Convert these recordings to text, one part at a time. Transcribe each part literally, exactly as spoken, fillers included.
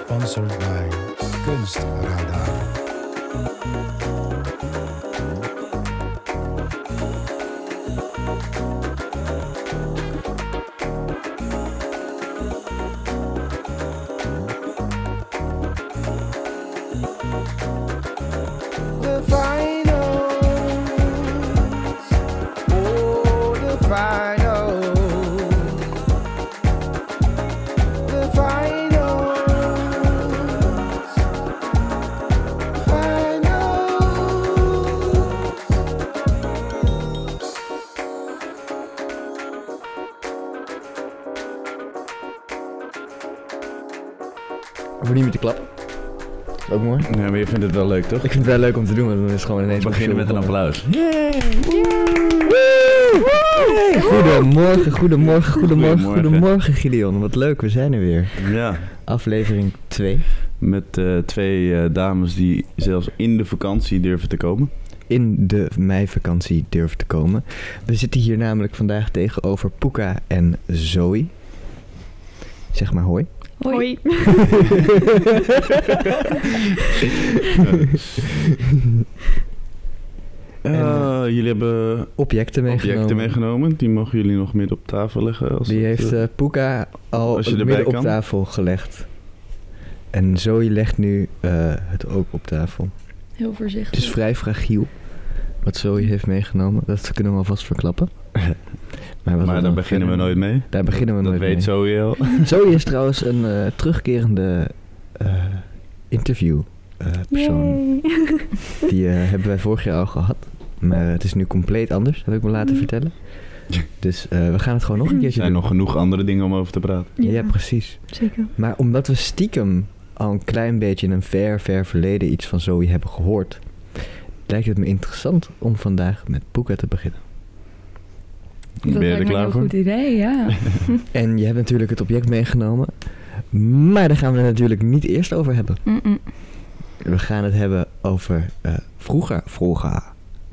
Sponsored by Kunstradar. The finals, oh the finals, the finals, finals. Hoef niet meer te klappen. Ook mooi. Nee, maar je vindt het wel leuk, toch? Ik vind het wel leuk om te doen, want dan is het gewoon ineens... We beginnen met een applaus. Goedemorgen, goedemorgen, goedemorgen, Goedemorgen. goedemorgen Gideon. Wat leuk, we zijn er weer. Ja, Aflevering twee. met uh, twee uh, dames die zelfs in de vakantie durven te komen. In de meivakantie durven te komen. We zitten hier namelijk vandaag tegenover Puka en Zoe. Zeg maar hoi. Hoi. Uh, jullie hebben Objecten meegenomen. objecten meegenomen. Die mogen jullie nog midden op tafel leggen. Als Die het, heeft uh, uh, Puka al als je erbij midden op kan. tafel gelegd. En Zoe legt nu uh, het ook op tafel. Heel voorzichtig. Het is vrij fragiel wat Zoe heeft meegenomen. Dat kunnen we alvast verklappen. Maar, wat maar we daar dan beginnen we verder- nooit mee. Daar beginnen we Dat nooit weet mee. Zoe al. Zoe is trouwens een uh, terugkerende uh, interview uh, persoon. Yay. Die uh, hebben wij vorig jaar al gehad. Maar het is nu compleet anders, heb ik me laten Mm. vertellen. Dus uh, we gaan het gewoon nog een Er keertje zijn doen. nog genoeg andere dingen om over te praten. Ja, Ja. precies. Zeker. Maar omdat we stiekem al een klein beetje in een ver, ver verleden iets van Zoe hebben gehoord, lijkt het me interessant om vandaag met Puka te beginnen. Dat ben je er lijkt me een klaar heel voor? goed idee, ja. En je hebt natuurlijk het object meegenomen, maar daar gaan we het natuurlijk niet eerst over hebben. Mm-mm. We gaan het hebben over uh, vroeger, vroeger,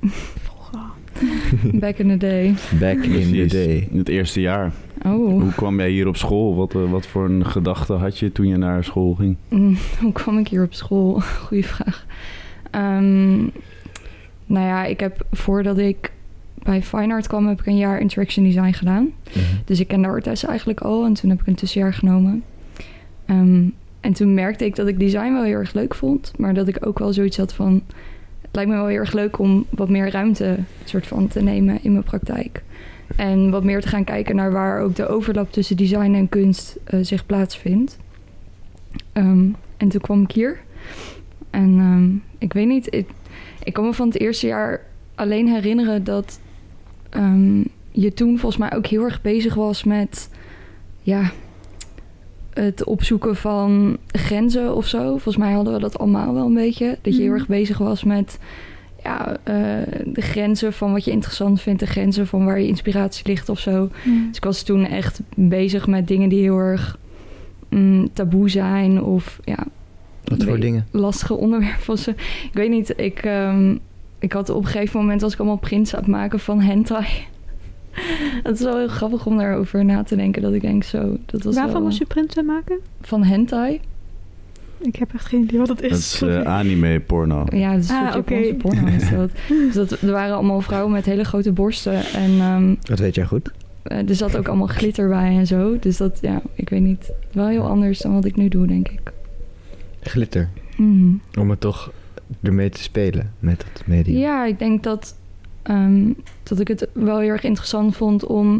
Back in the day. back in the Precies. day. In het eerste jaar. Oh. Hoe kwam jij hier op school? Wat, uh, wat voor een gedachte had je toen je naar school ging? Mm, hoe kwam ik hier op school? Goeie vraag. Ehm, nou ja, ik heb voordat ik bij Fine Art kwam, heb ik een jaar Interaction Design gedaan. Dus ik kende Artes eigenlijk al en toen heb ik een tussenjaar genomen. Ehm, en toen merkte ik dat ik design wel heel erg leuk vond, maar dat ik ook wel zoiets had van, het lijkt me wel heel erg leuk om wat meer ruimte soort van te nemen in mijn praktijk. En wat meer te gaan kijken naar waar ook de overlap tussen design en kunst uh, zich plaatsvindt. Um, en toen kwam ik hier. En um, ik weet niet, ik, ik kan me van het eerste jaar alleen herinneren dat um, je toen volgens mij ook heel erg bezig was met ja, het opzoeken van grenzen of zo. Volgens mij hadden we dat allemaal wel een beetje. Dat je heel Mhm. erg bezig was met ja, uh, de grenzen van wat je interessant vindt, de grenzen van waar je inspiratie ligt of zo. Dus ik was toen echt bezig met dingen die heel erg mm, taboe zijn of ja, Wat voor weet- dingen? lastige onderwerpen of zo. Ik weet niet, ik, um, ik had op een gegeven moment was ik allemaal prints aan het maken van hentai. Het is wel heel grappig om daarover na te denken. Dat ik denk zo, dat was Waarvan wel, was je printen maken? van hentai. Ik heb echt geen idee wat het is. Dat is Sorry. uh, anime porno. Ja, dat is een Ah, soort oké. Japanse porno is dat. Dus dat, er waren allemaal vrouwen met hele grote borsten. En um, Dat weet jij goed. er zat ook allemaal glitter bij en zo. Dus dat, ja, ik weet niet. Wel heel anders dan wat ik nu doe, denk ik. Glitter. Mhm. Om het toch ermee te spelen met het medium. Ja, ik denk dat, um, dat ik het wel heel erg interessant vond om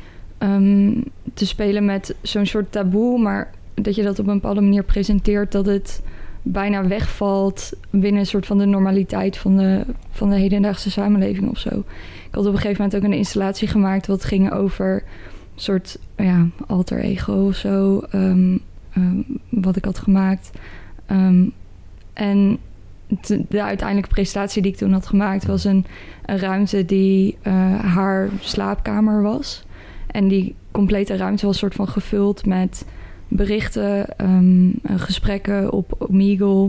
um, te spelen met zo'n soort taboe, maar dat je dat op een bepaalde manier presenteert dat het bijna wegvalt binnen een soort van de normaliteit van de, van de hedendaagse samenleving of zo. Ik had op een gegeven moment ook een installatie gemaakt wat ging over een soort ja, alter ego of zo, um, um, wat ik had gemaakt. Um, en de, de uiteindelijke presentatie die ik toen had gemaakt was een, een ruimte die uh, haar slaapkamer was. En die complete ruimte was een soort van gevuld met berichten, um, gesprekken op Omegle.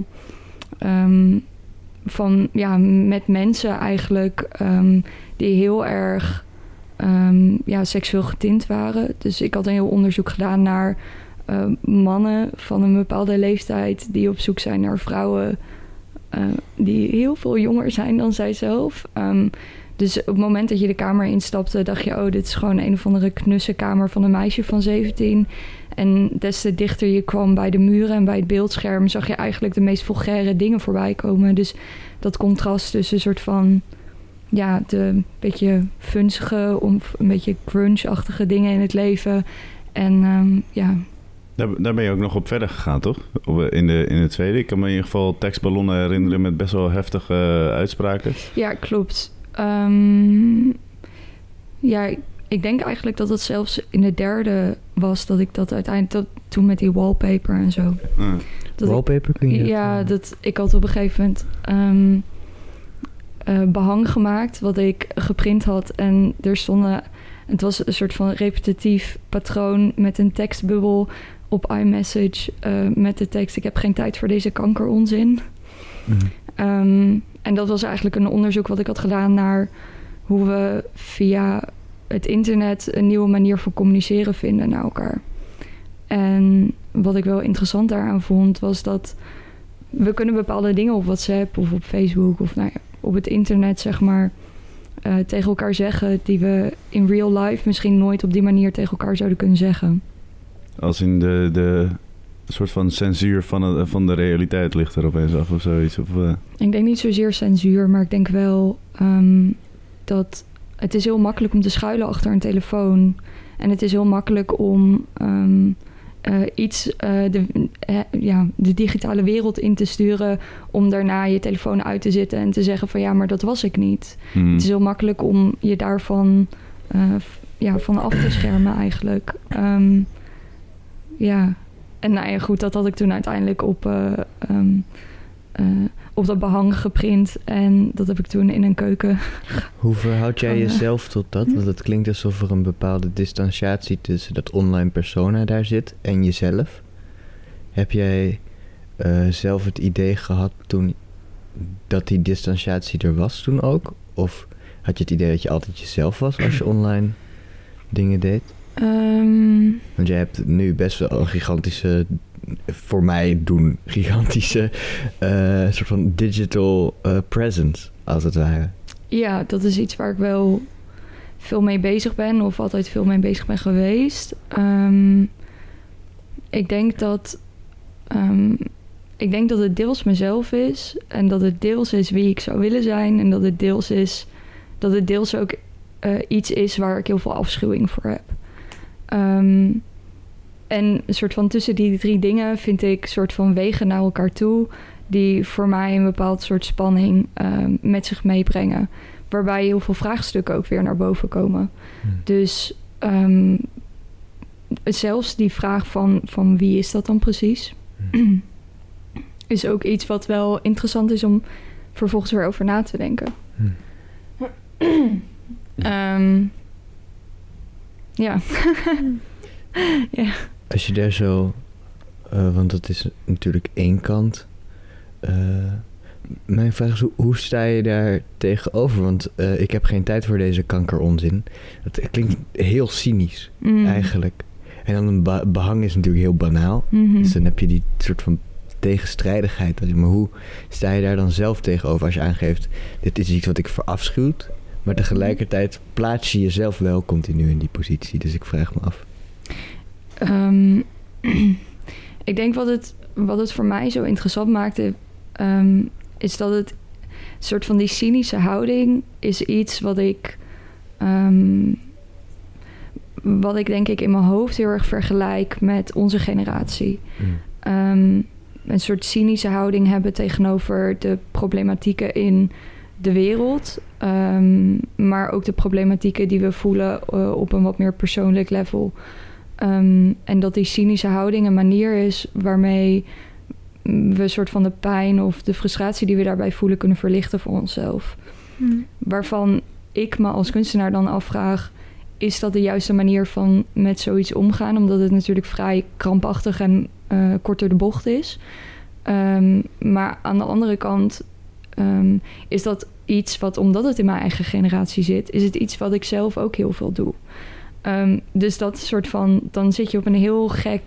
Um, van, ja, met mensen eigenlijk um, die heel erg um, ja, seksueel getint waren. Dus ik had een heel onderzoek gedaan naar uh, mannen van een bepaalde leeftijd die op zoek zijn naar vrouwen uh, die heel veel jonger zijn dan zijzelf. Um, dus op het moment dat je de kamer instapte, dacht je, oh, dit is gewoon een of andere knusse kamer van een meisje van zeventien. En des te dichter je kwam bij de muren en bij het beeldscherm, zag je eigenlijk de meest vulgaire dingen voorbij komen. Dus dat contrast tussen een soort van, ja, de beetje funzige of een beetje grunge-achtige dingen in het leven. En um, ja... Daar, daar ben je ook nog op verder gegaan, toch? In de, in de tweede. Ik kan me in ieder geval tekstballonnen herinneren met best wel heftige uh, uitspraken. Ja, klopt. Um, ja, ik denk eigenlijk dat het zelfs in de derde was dat ik dat uiteindelijk dat, toen met die wallpaper en zo. Uh. Dat Wallpaper kun je? ik, ja, dat ik had op een gegeven moment um, uh, behang gemaakt wat ik geprint had en er stonden. Het was een soort van repetitief patroon met een tekstbubbel op iMessage uh, met de tekst: ik heb geen tijd voor deze kankeronzin. Mm. Um, en dat was eigenlijk een onderzoek wat ik had gedaan naar hoe we via het internet een nieuwe manier van communiceren vinden naar elkaar. En wat ik wel interessant daaraan vond, was dat we kunnen bepaalde dingen op WhatsApp of op Facebook of nou ja, op het internet, zeg maar, uh, tegen elkaar zeggen die we in real life misschien nooit op die manier tegen elkaar zouden kunnen zeggen. Als in de, de soort van censuur van, het, van de realiteit ligt er opeens af of zoiets? Of, uh... Ik denk niet zozeer censuur, maar ik denk wel um, dat het is heel makkelijk om te schuilen achter een telefoon. En het is heel makkelijk om um, uh, iets, uh, de, uh, ja, de digitale wereld in te sturen, om daarna je telefoon uit te zetten en te zeggen van ja, maar dat was ik niet. Hmm. Het is heel makkelijk om je daarvan uh, f- ja, van af te schermen eigenlijk. Um, ja, en nou ja, goed, dat had ik toen uiteindelijk op, uh, um, uh, op dat behang geprint. En dat heb ik toen in een keuken. Hoe verhoud jij jezelf tot dat? Want het klinkt alsof er een bepaalde distanciatie tussen dat online persona daar zit en jezelf. Heb jij uh, zelf het idee gehad toen dat die distanciatie er was toen ook? Of had je het idee dat je altijd jezelf was als je online dingen deed? Um, Want jij hebt nu best wel een gigantische, voor mij doen, gigantische uh, soort van digital uh, presence, als het ware. Ja, dat is iets waar ik wel veel mee bezig ben of altijd veel mee bezig ben geweest. Um, ik denk dat um, ik denk dat het deels mezelf is en dat het deels is wie ik zou willen zijn en dat het deels is dat het deels ook uh, iets is waar ik heel veel afschuwing voor heb. Um, en een soort van tussen die drie dingen vind ik een soort van wegen naar elkaar toe die voor mij een bepaald soort spanning um, met zich meebrengen. Waarbij heel veel vraagstukken ook weer naar boven komen. Hmm. Dus um, zelfs die vraag van, van wie is dat dan precies? Hmm. Is ook iets wat wel interessant is om vervolgens weer over na te denken. Hmm. um, ja. ja. Als je daar zo, uh, want dat is natuurlijk één kant. Uh, mijn vraag is, hoe, hoe sta je daar tegenover? Want uh, ik heb geen tijd voor deze kankeronzin. Dat klinkt heel cynisch, mm. eigenlijk. En dan een ba- behang is natuurlijk heel banaal. Mm-hmm. Dus dan heb je die soort van tegenstrijdigheid erin. Maar hoe sta je daar dan zelf tegenover als je aangeeft, dit is iets wat ik verafschuwt, maar tegelijkertijd plaats je jezelf wel continu in die positie. Dus ik vraag me af. Um, ik denk wat het, wat het voor mij zo interessant maakte, um, is dat het een soort van die cynische houding is iets wat ik, um, wat ik denk ik in mijn hoofd heel erg vergelijk met onze generatie. Mm. Um, een soort cynische houding hebben tegenover de problematieken in de wereld, um, maar ook de problematieken die we voelen uh, op een wat meer persoonlijk level. Um, en dat die cynische houding een manier is waarmee we een soort van de pijn of de frustratie die we daarbij voelen kunnen verlichten voor onszelf. Hmm. Waarvan ik me als kunstenaar dan afvraag, is dat de juiste manier van met zoiets omgaan? Omdat het natuurlijk vrij krampachtig en uh, kort door de bocht is. Um, maar aan de andere kant um, is dat iets wat, omdat het in mijn eigen generatie zit, is het iets wat ik zelf ook heel veel doe. Um, dus dat soort van, dan zit je op een heel gek,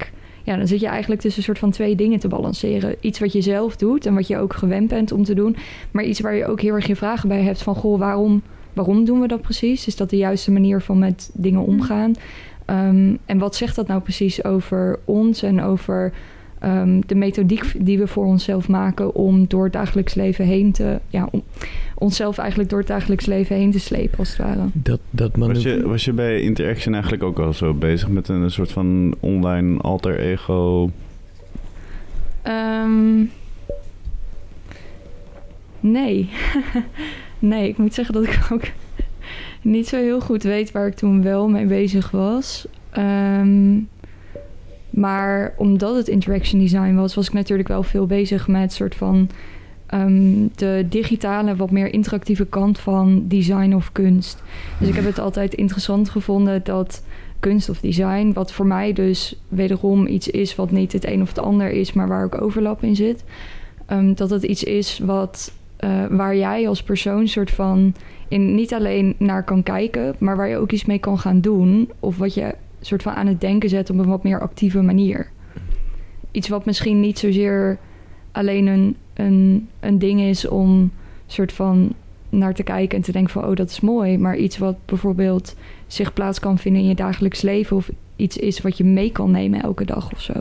ja, dan zit je eigenlijk tussen een soort van twee dingen te balanceren. Iets wat je zelf doet en wat je ook gewend bent om te doen. Maar iets waar je ook heel erg je vragen bij hebt van, goh, waarom, waarom doen we dat precies? Is dat de juiste manier van met dingen omgaan? Um, en wat zegt dat nou precies over ons en over um, de methodiek die we voor onszelf maken om door het dagelijks leven heen te, ja, om onszelf eigenlijk door het dagelijks leven heen te slepen, als het ware. Dat, dat man Was je, was je bij Interaction eigenlijk ook al zo bezig met een soort van online alter ego? Um, nee. nee, ik moet zeggen dat ik ook niet zo heel goed weet waar ik toen wel mee bezig was. Um, maar omdat het interaction design was, was ik natuurlijk wel veel bezig met soort van um, de digitale, wat meer interactieve kant van design of kunst. Dus ik heb het altijd interessant gevonden dat kunst of design, wat voor mij dus wederom iets is wat niet het een of het ander is, maar waar ook overlap in zit. Um, dat het iets is wat, uh, waar jij als persoon soort van in niet alleen naar kan kijken, maar waar je ook iets mee kan gaan doen. Of wat je soort van aan het denken zet op een wat meer actieve manier. Iets wat misschien niet zozeer alleen een, een, een ding is om soort van naar te kijken en te denken van, oh, dat is mooi. Maar iets wat bijvoorbeeld zich plaats kan vinden in je dagelijks leven, of iets is wat je mee kan nemen elke dag of zo.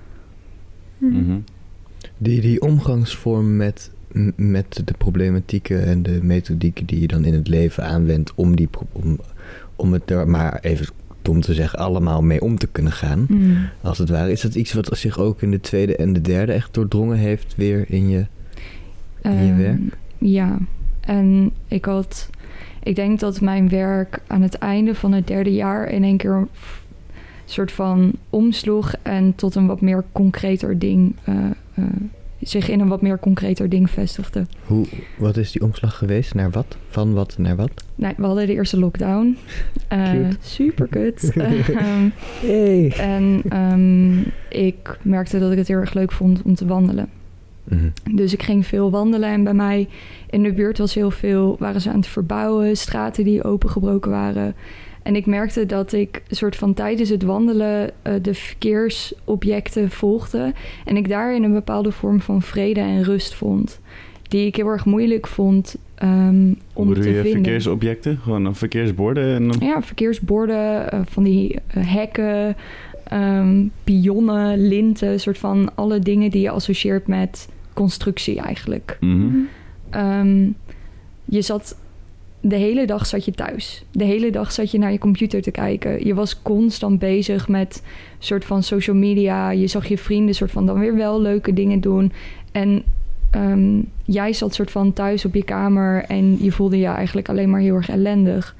Mm-hmm. Die, die omgangsvorm met, met de problematieken en de methodieken die je dan in het leven aanwendt om, die, om, om het er maar even om te zeggen allemaal mee om te kunnen gaan, Mm. als het ware. Is dat iets wat zich ook in de tweede en de derde echt doordrongen heeft weer in je, in je Um, werk? Ja, en ik had, ik denk dat mijn werk aan het einde van het derde jaar in één keer een soort van omsloeg en tot een wat meer concreter ding, uh, uh, zich in een wat meer concreter ding vestigde. Hoe, wat is die omslag geweest? Naar wat? Van wat naar wat? Nee, we hadden de eerste lockdown. Uh, Cute. super kut. um, Hey. en um, ik merkte dat ik het heel erg leuk vond om te wandelen. Mhm. Dus ik ging veel wandelen en bij mij in de buurt was heel veel, waren ze aan het verbouwen, straten die opengebroken waren. En ik merkte dat ik een soort van tijdens het wandelen uh, de verkeersobjecten volgde. En ik daarin een bepaalde vorm van vrede en rust vond. Die ik heel erg moeilijk vond um, om Hoe te bedoel je vinden. verkeersobjecten? Gewoon een verkeersborden? En dan... Ja, verkeersborden, uh, van die uh, hekken, um, pionnen, linten. Een soort van alle dingen die je associeert met constructie eigenlijk. Mm-hmm. Um, je zat de hele dag zat je thuis. De hele dag zat je naar je computer te kijken. Je was constant bezig met een soort van social media. Je zag je vrienden soort van dan weer wel leuke dingen doen. En um, jij zat soort van thuis op je kamer en je voelde je eigenlijk alleen maar heel erg ellendig.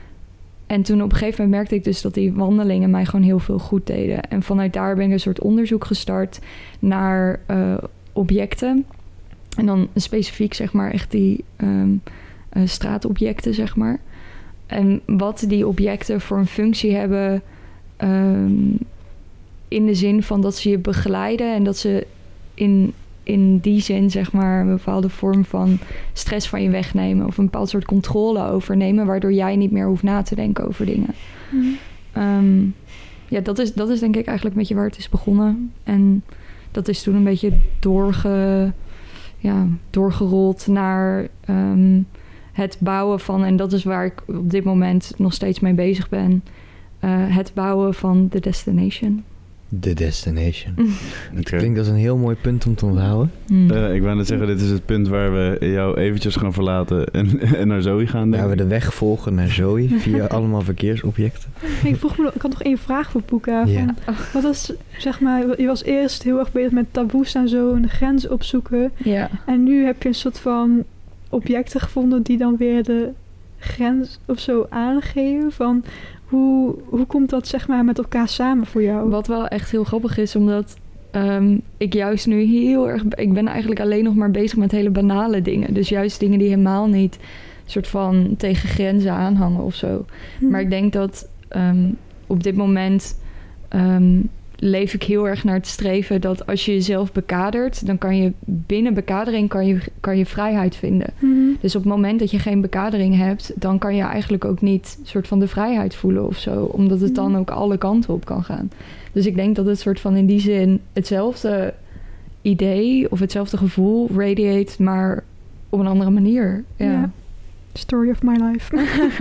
En toen op een gegeven moment merkte ik dus dat die wandelingen mij gewoon heel veel goed deden. En vanuit daar ben ik een soort onderzoek gestart naar uh, objecten. En dan specifiek zeg maar echt die um, uh, straatobjecten zeg maar. En wat die objecten voor een functie hebben um, in de zin van dat ze je begeleiden en dat ze in, in die zin zeg maar een bepaalde vorm van stress van je wegnemen of een bepaald soort controle overnemen, waardoor jij niet meer hoeft na te denken over dingen. Mm. Um, ja, dat is, dat is denk ik eigenlijk een beetje waar het is begonnen. En dat is toen een beetje doorge, ja, doorgerold naar um, het bouwen van, en dat is waar ik op dit moment nog steeds mee bezig ben, uh, het bouwen van The Destination. The Destination. Dat Oké. klinkt als een heel mooi punt om te onthouden. Hmm. Uh, ik wou net zeggen, dit is het punt waar we jou eventjes gaan verlaten en, en naar Zoe gaan. denk Waar we ik. de weg volgen naar Zoe via allemaal verkeersobjecten. Ik vroeg me, ik had nog één vraag voor Poeka. Ja. Van, wat was, zeg maar, je was eerst heel erg bezig met taboes en zo en de grens opzoeken. Ja. En nu heb je een soort van objecten gevonden die dan weer de grens of zo aangeven. Van hoe, hoe komt dat zeg maar met elkaar samen voor jou? Wat wel echt heel grappig is, omdat um, ik juist nu heel erg... Ik ben eigenlijk alleen nog maar bezig met hele banale dingen. Dus juist dingen die helemaal niet soort van tegen grenzen aanhangen of zo. Hm. Maar ik denk dat um, op dit moment um, leef ik heel erg naar het streven dat als je jezelf bekadert, dan kan je binnen bekadering kan je, kan je vrijheid vinden. Mm-hmm. Dus op het moment dat je geen bekadering hebt, dan kan je eigenlijk ook niet soort van de vrijheid voelen of zo, omdat het dan ook alle kanten op kan gaan. Dus ik denk dat het soort van in die zin hetzelfde idee of hetzelfde gevoel radiate, maar op een andere manier. Ja. Ja. Story of my life.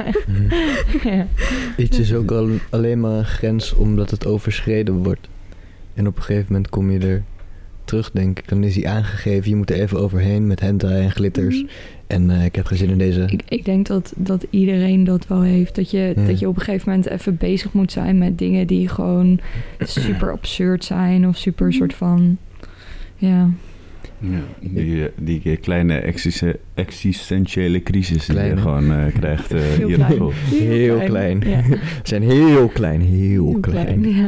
Ja. Iets is ook al, alleen maar een grens omdat het overschreden wordt. En op een gegeven moment kom je er terug, denk ik. Dan is die aangegeven, je moet er even overheen met hentai en glitters. Mhm. En uh, ik heb geen zin in deze... Ik, ik denk dat, dat iedereen dat wel heeft. Dat je, Ja. dat je op een gegeven moment even bezig moet zijn met dingen die gewoon super absurd zijn of super soort van... Ja. Ja, die, die kleine existen- existentiële crisis die je Kleine. gewoon uh, krijgt uh, Heel hier op klein. school. Heel klein. Ja. We zijn heel klein, heel, Heel klein. Ja.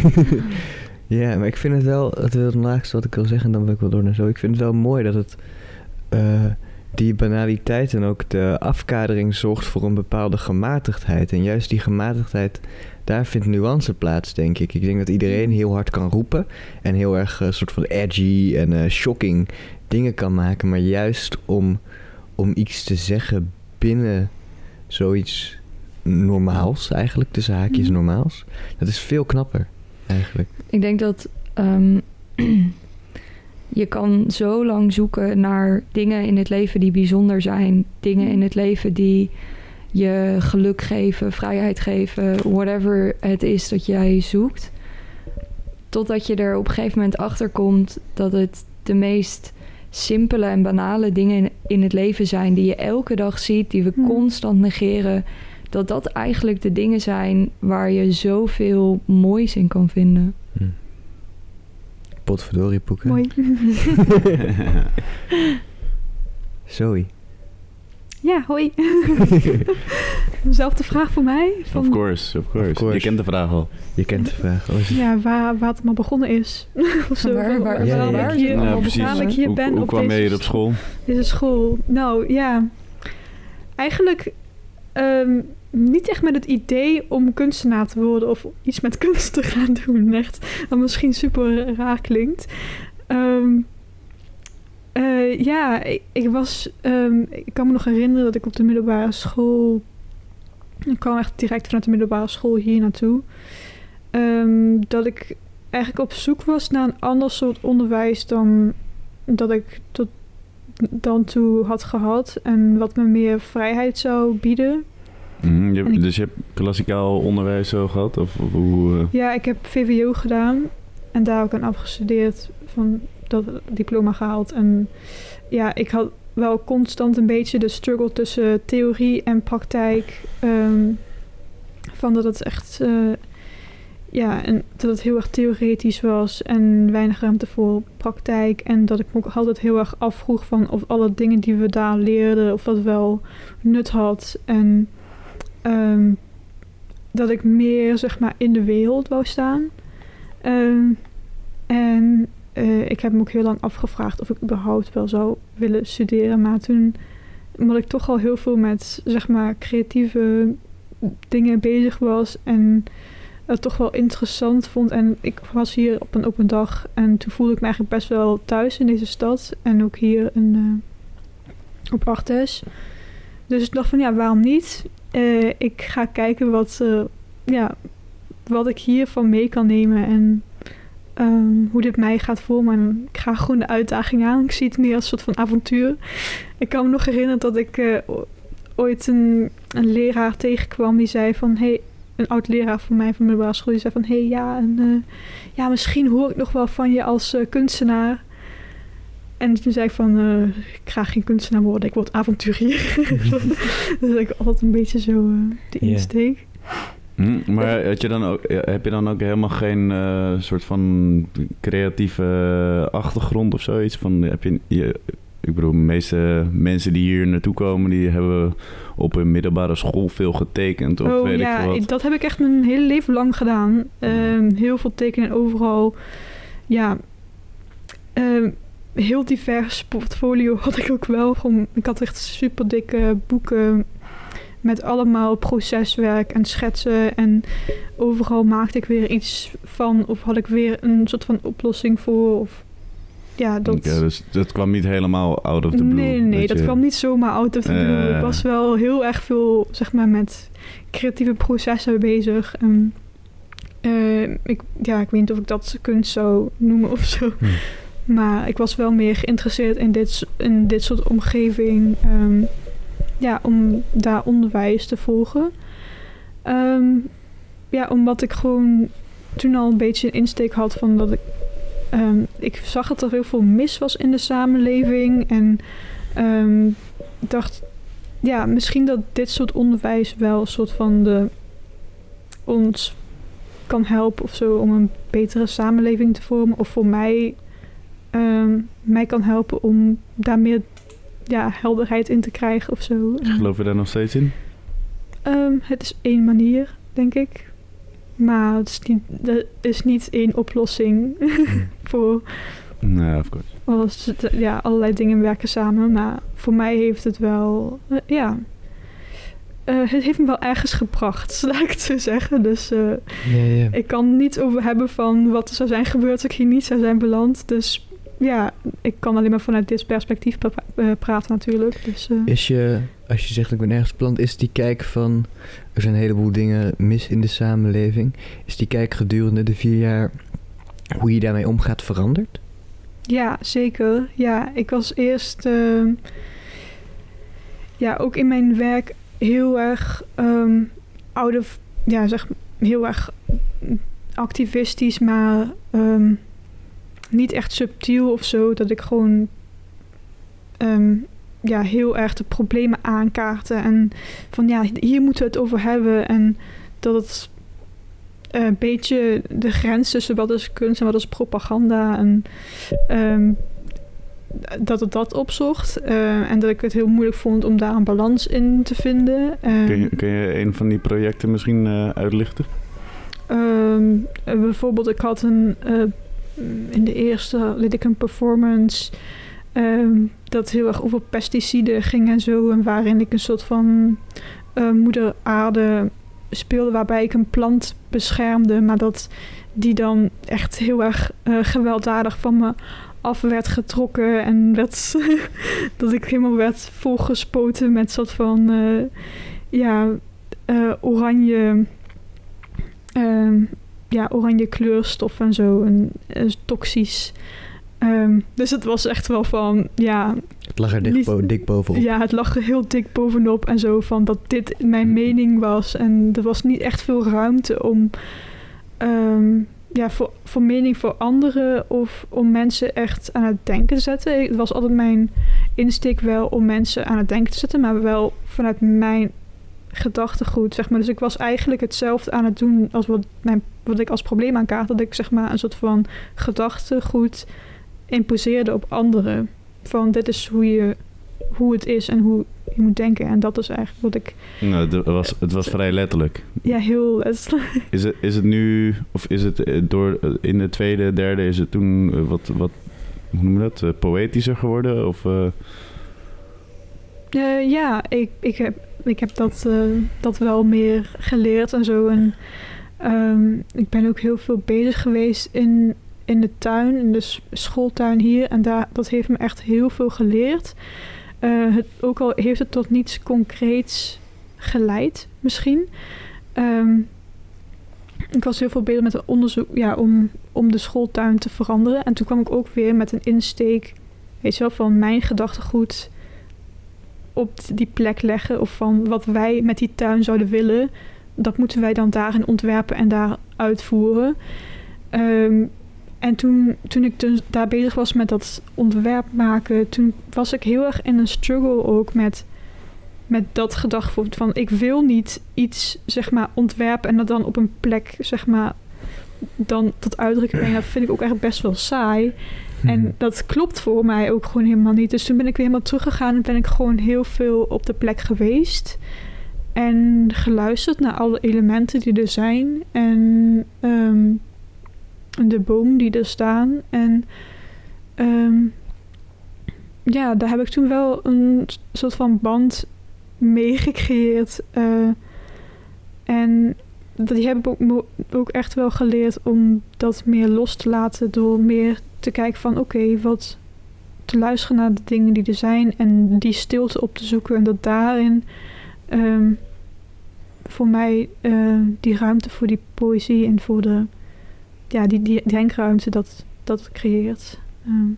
Ja, maar ik vind het wel, het, het laatste wat ik wil zeggen, en dan wil ik wel door naar zo. Ik vind het wel mooi dat het, uh, die banaliteit en ook de afkadering zorgt voor een bepaalde gematigdheid. En juist die gematigdheid, daar vindt nuance plaats, denk ik. Ik denk dat iedereen heel hard kan roepen en heel erg uh, soort van edgy en uh, shocking dingen kan maken. Maar juist om, om iets te zeggen binnen zoiets normaals eigenlijk, tussen haakjes Mhm. normaals, dat is veel knapper eigenlijk. Ik denk dat um, je kan zo lang zoeken naar dingen in het leven die bijzonder zijn. Dingen in het leven die je geluk geven, vrijheid geven, whatever het is dat jij zoekt. Totdat je er op een gegeven moment achter komt dat het de meest simpele en banale dingen in het leven zijn die je elke dag ziet, die we Hmm. constant negeren. Dat dat eigenlijk de dingen zijn waar je zoveel moois in kan vinden. Hm. Potverdorie poeken. Mooi. Zoe. Ja, hoi. Zelfde vraag voor mij. Van, Of course, of course. Of course. Je kent de vraag al. Je kent de vraag. Oh, is het- Ja, waar, waar het maar begonnen is. of zo. Waar- waar- Ja, ja, waarom ja. ik hier, Ja, Ja, precies. waarom ik hier hoe ben hoe op kwam je deze, hier op school? deze school. Nou, ja. Eigenlijk ehm, niet echt met het idee om kunstenaar te worden of iets met kunst te gaan doen. Echt, wat misschien super raar klinkt. Ehm, eh, ja, ik, ik was... ehm, ik kan me nog herinneren dat ik op de middelbare school... Ik kwam echt direct vanuit de middelbare school hier naartoe. Ehm, dat ik eigenlijk op zoek was naar een ander soort onderwijs dan dat ik tot dan toe had gehad. En wat me meer vrijheid zou bieden. Mhm, je, En ik- dus je hebt klassikaal onderwijs zo gehad? Of, of hoe... uh, Ja, ik heb V W O gedaan. En daar ook aan afgestudeerd. Van dat diploma gehaald. En ja, ik had wel constant een beetje de struggle tussen theorie en praktijk. ehm, van dat het echt... eh, ja, en dat het heel erg theoretisch was en weinig ruimte voor praktijk. En dat ik me ook altijd heel erg afvroeg van of alle dingen die we daar leerden, of dat wel nut had. En ehm, dat ik meer, zeg maar, in de wereld wou staan. Ehm, en uh, ik heb me ook heel lang afgevraagd of ik überhaupt wel zou willen studeren. Maar toen, omdat ik toch al heel veel met, zeg maar, creatieve dingen bezig was en het toch wel interessant vond. En ik was hier op een open dag en toen voelde ik me eigenlijk best wel thuis in deze stad. En ook hier in, uh, op Artes. Dus ik dacht van ja, waarom niet? Uh, ik ga kijken wat, uh, ja, wat ik hiervan mee kan nemen en um, hoe dit mij gaat vormen. En ik ga gewoon de uitdaging aan. Ik zie het meer als een soort van avontuur. Ik kan me nog herinneren dat ik uh, ooit een, een leraar tegenkwam die zei van... Hey, een oud leraar van mij van de middelbare school, die zei van... Hé, hey, ja, en, uh, ja, misschien hoor ik nog wel van je als uh, kunstenaar. En toen zei ik van... Uh, ik ga geen kunstenaar worden, ik word avonturier. Dus ik altijd een beetje zo uh, de insteek. Hm, maar had je dan ook, heb je dan ook helemaal geen uh, soort van creatieve achtergrond of zoiets? Van, heb je, je, ik bedoel, de meeste mensen die hier naartoe komen, die hebben op een middelbare school veel getekend. Of oh weet ja, ik veel wat. dat heb ik echt mijn hele leven lang gedaan. Um, heel veel tekenen overal. Ja, um, heel divers portfolio had ik ook wel. Gewoon, ik had echt super dikke boeken met allemaal proceswerk en schetsen. En overal maakte ik weer iets van. Of had ik weer een soort van oplossing voor. Of, ja, dat... Ja, dus dat kwam niet helemaal out of the blue? Nee, nee, dat, je... dat kwam niet zomaar out of the blue. Uh... Ik was wel heel erg veel, zeg maar, met creatieve processen bezig. En, uh, ik, ja, ik weet niet of ik dat kunst zou noemen of zo. Hm. Maar ik was wel meer geïnteresseerd in dit, in dit soort omgeving. Um, ja, om daar onderwijs te volgen. Um, ja, omdat ik gewoon toen al een beetje een insteek had van dat ik... Um, ik zag dat er heel veel mis was in de samenleving. En um, dacht, ja, misschien dat dit soort onderwijs wel een soort van de, ons kan helpen of zo om een betere samenleving te vormen. Of voor mij, um, mij kan helpen om daar meer ja, helderheid in te krijgen of zo. Geloof je daar nog steeds in? Um, het is één manier, denk ik. Maar het is niet, er is niet één oplossing voor Nee, of course. alles, ja, allerlei dingen werken samen. Maar voor mij heeft het wel, uh, ja, uh, het heeft me wel ergens gebracht, laat ik het zo zeggen. Dus uh, Ja, ja. ik kan niet over hebben van wat er zou zijn gebeurd als ik hier niet zou zijn beland. Dus ja, ik kan alleen maar vanuit dit perspectief pra- uh, praten natuurlijk. Dus, uh, Is je, als je zegt ik ben ergens beland, is die kijk van er zijn een heleboel dingen mis in de samenleving, is die kijk gedurende de vier jaar hoe je daarmee omgaat veranderd? Ja, zeker. Ja, ik was eerst uh, ja, ook in mijn werk heel erg um, out of, ja, zeg heel erg activistisch, maar um, niet echt subtiel of zo, dat ik gewoon um, ja, heel erg de problemen aankaarten en van ja, hier moeten we het over hebben en dat het een uh, beetje de grens tussen wat is kunst en wat is propaganda en um, dat het dat opzocht uh, en dat ik het heel moeilijk vond om daar een balans in te vinden. Um, Kun je, kun je een van die projecten misschien uh, uitlichten? Um, uh, bijvoorbeeld, ik had een uh, in de eerste liet ik een performance um, dat heel erg over pesticiden ging en zo, en waarin ik een soort van uh, moeder aarde speelde, waarbij ik een plant beschermde, maar dat die dan echt heel erg uh, gewelddadig van me af werd getrokken en werd dat ik helemaal werd volgespoten met soort van uh, ja uh, oranje um, ja oranje kleurstof en zo en uh, toxisch. Um, dus het was echt wel van ja. Het lag er dik, niet, bo- dik bovenop. Ja, het lag er heel dik bovenop en zo van dat dit mijn mening was en er was niet echt veel ruimte om um, ja, voor, voor mening voor anderen of om mensen echt aan het denken te zetten. Het was altijd mijn insteek wel om mensen aan het denken te zetten, maar wel vanuit mijn gedachtegoed, zeg maar. Dus ik was eigenlijk hetzelfde aan het doen als wat, mijn, wat ik als probleem aankaart, dat ik zeg maar een soort van gedachtegoed imposeerde op anderen. Van dit is hoe je hoe het is en hoe je moet denken. En dat is eigenlijk wat ik... Nou, het was, het was vrij letterlijk. Ja, heel letterlijk. Is het, is het nu, of is het door in de tweede, derde, is het toen wat, wat hoe noem je dat, uh, poëtischer geworden? Of, uh... uh, ja, ik, ik heb, ik heb dat, uh, dat wel meer geleerd en zo. En um, ik ben ook heel veel bezig geweest in, in de tuin, in de schooltuin hier. En daar, dat heeft me echt heel veel geleerd. Uh, het, ook al heeft het tot niets concreets geleid, misschien. Um, ik was heel veel bezig met een onderzoek ja, om, om de schooltuin te veranderen. En toen kwam ik ook weer met een insteek, weet je wel, van mijn gedachtegoed op die plek leggen. Of van wat wij met die tuin zouden willen. Dat moeten wij dan daarin ontwerpen en daar uitvoeren. Um, En toen, toen ik dus daar bezig was met dat ontwerp maken, toen was ik heel erg in een struggle ook met, met dat gedachtegoed van ik wil niet iets, zeg maar, ontwerpen en dat dan op een plek, zeg maar, dan tot uitdrukking brengen. Dat vind ik ook echt best wel saai. En dat klopt voor mij ook gewoon helemaal niet. Dus toen ben ik weer helemaal teruggegaan en ben ik gewoon heel veel op de plek geweest. En geluisterd naar alle elementen die er zijn. En um, de boom die er staan. En um, ja, daar heb ik toen wel een soort van band meegecreëerd. Uh, en die heb ik ook, mo- ook echt wel geleerd om dat meer los te laten door meer te kijken van oké, okay, wat te luisteren naar de dingen die er zijn en die stilte op te zoeken en dat daarin um, voor mij uh, die ruimte voor die poëzie en voor de ja, die, die denkruimte dat, dat creëert. Um,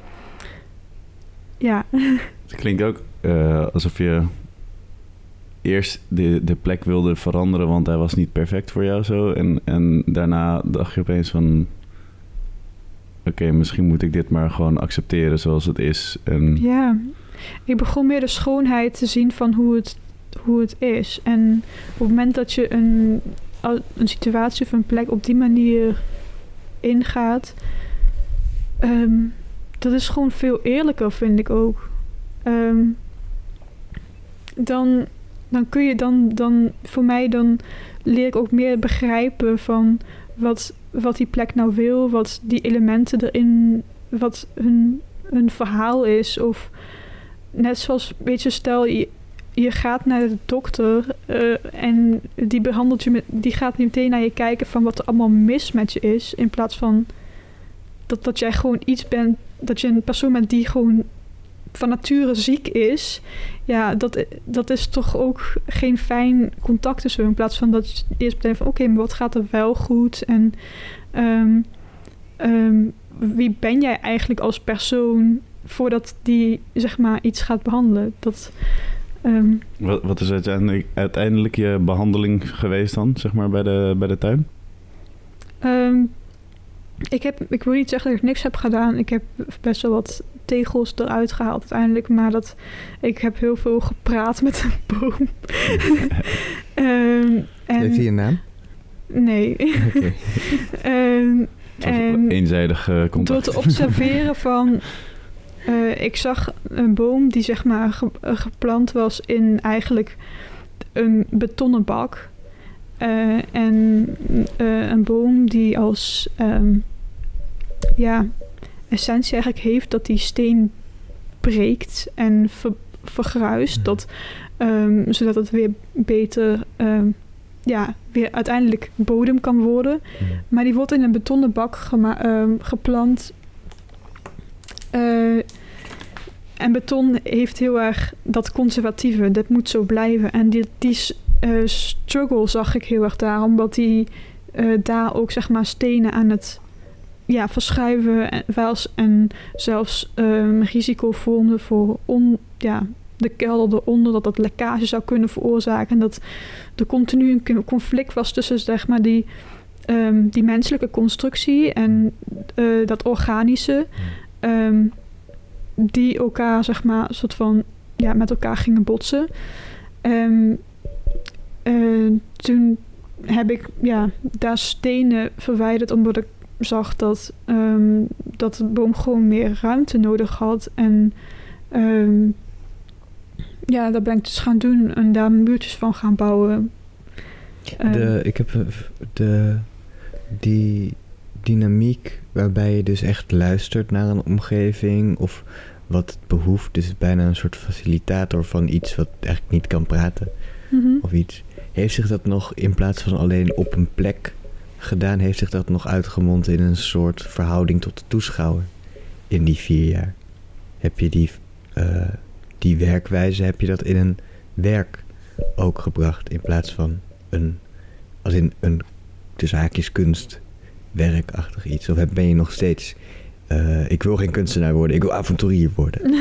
ja. Het klinkt ook uh, alsof je eerst de, de plek wilde veranderen, want hij was niet perfect voor jou zo. En, en daarna dacht je opeens van oké, okay, misschien moet ik dit maar gewoon accepteren zoals het is. En ja, ik begon meer de schoonheid te zien van hoe het, hoe het is. En op het moment dat je een, een situatie of een plek op die manier ingaat, um, dat is gewoon veel eerlijker, vind ik ook. Um, dan, dan kun je dan, dan, voor mij dan leer ik ook meer begrijpen van wat, wat die plek nou wil, wat die elementen erin, wat hun, hun verhaal is. Of net zoals, weet je, stel je, je gaat naar de dokter uh, en die behandelt je met, die gaat meteen naar je kijken van wat er allemaal mis met je is, in plaats van dat, dat jij gewoon iets bent, dat je een persoon bent die gewoon van nature ziek is. Ja, dat, dat is toch ook geen fijn contact tussen. In plaats van dat je eerst bedenkt van oké, okay, maar wat gaat er wel goed? En um, um, wie ben jij eigenlijk als persoon voordat die zeg maar iets gaat behandelen? Dat, um, wat, wat is uiteindelijk, uiteindelijk je behandeling geweest dan, zeg maar, bij de, bij de tuin? Um, ik, heb, ik wil niet zeggen dat ik niks heb gedaan. Ik heb best wel wat tegels eruit gehaald uiteindelijk. Maar dat, ik heb heel veel gepraat met een boom. um, en, Heeft hij een naam? Nee. Okay. um, en eenzijdig uh, contact. Door te observeren van Uh, ik zag een boom die zeg maar ge- geplant was in eigenlijk een betonnen bak. Uh, en uh, een boom die als um, ja, essentie eigenlijk heeft dat die steen breekt en ver- vergruist. Mm. Dat, um, zodat het weer beter um, ja, weer uiteindelijk bodem kan worden. Mm. Maar die wordt in een betonnen bak gema- um, geplant. Uh, en beton heeft heel erg dat conservatieve. Dat moet zo blijven. En die, die uh, struggle zag ik heel erg daar. Omdat die uh, daar ook zeg maar stenen aan het ja, verschuiven was. En zelfs um, risico vormde voor on, ja, de kelder eronder. Dat dat lekkage zou kunnen veroorzaken. En dat er continu een conflict was tussen zeg maar die, um, die menselijke constructie en uh, dat organische. Um, die elkaar, zeg maar, soort van, ja, met elkaar gingen botsen. Um, uh, toen heb ik, ja, daar stenen verwijderd, omdat ik zag dat, um, dat de boom gewoon meer ruimte nodig had. En um, ja, dat ben ik dus gaan doen en daar muurtjes van gaan bouwen. Um, de, ik heb de, die dynamiek waarbij je dus echt luistert naar een omgeving of wat het behoeft. Dus bijna een soort facilitator van iets wat eigenlijk niet kan praten. Mm-hmm. Of iets. Heeft zich dat nog in plaats van alleen op een plek gedaan, heeft zich dat nog uitgemond in een soort verhouding tot de toeschouwer in die vier jaar? Heb je die, uh, die werkwijze, heb je dat in een werk ook gebracht in plaats van een, als in een tussen haakjes kunst werkachtig iets? Of ben je nog steeds uh, ik wil geen kunstenaar worden, ik wil avonturier worden?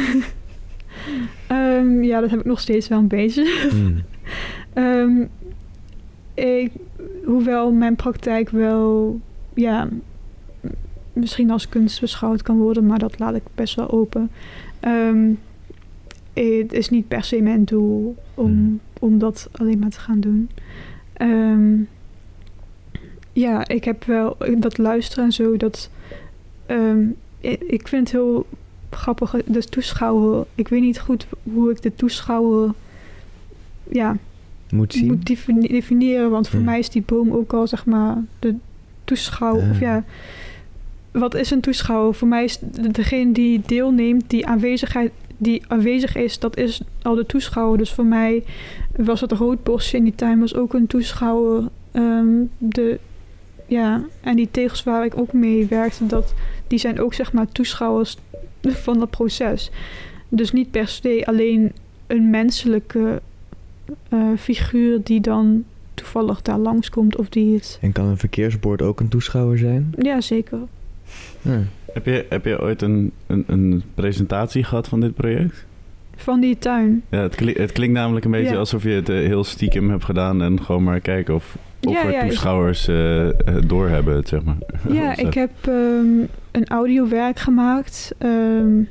um, ja, dat heb ik nog steeds wel een beetje. Mm. um, ik, hoewel mijn praktijk wel ja, misschien als kunst beschouwd kan worden, maar dat laat ik best wel open. Um, het is niet per se mijn doel om, mm. om dat alleen maar te gaan doen. Um, Ja, ik heb wel dat luisteren en zo. Dat, um, ik, ik vind het heel grappig. De toeschouwer. Ik weet niet goed hoe ik de toeschouwer ja, moet, zien. moet definiëren. Want voor ja. mij is die boom ook al zeg maar de toeschouwer. Ja. Of ja, wat is een toeschouwer? Voor mij is degene die deelneemt, die aanwezigheid, die aanwezig is, dat is al de toeschouwer. Dus voor mij was het roodbosje in die tuin was ook een toeschouwer. Um, de, ja, en die tegels waar ik ook mee werkte, dat, die zijn ook zeg maar toeschouwers van dat proces. Dus niet per se alleen een menselijke uh, figuur die dan toevallig daar langskomt of die het... En kan een verkeersbord ook een toeschouwer zijn? Ja, zeker. Ja. Heb je, heb je ooit een, een, een presentatie gehad van dit project? Van die tuin. Ja, het, klinkt, het klinkt namelijk een beetje Ja. alsof je het uh, heel stiekem hebt gedaan en gewoon maar kijken of, of Ja, er ja, toeschouwers uh, uh, doorhebben, het, zeg maar. Ja, Of, uh, ik heb um, een audiowerk gemaakt. Um,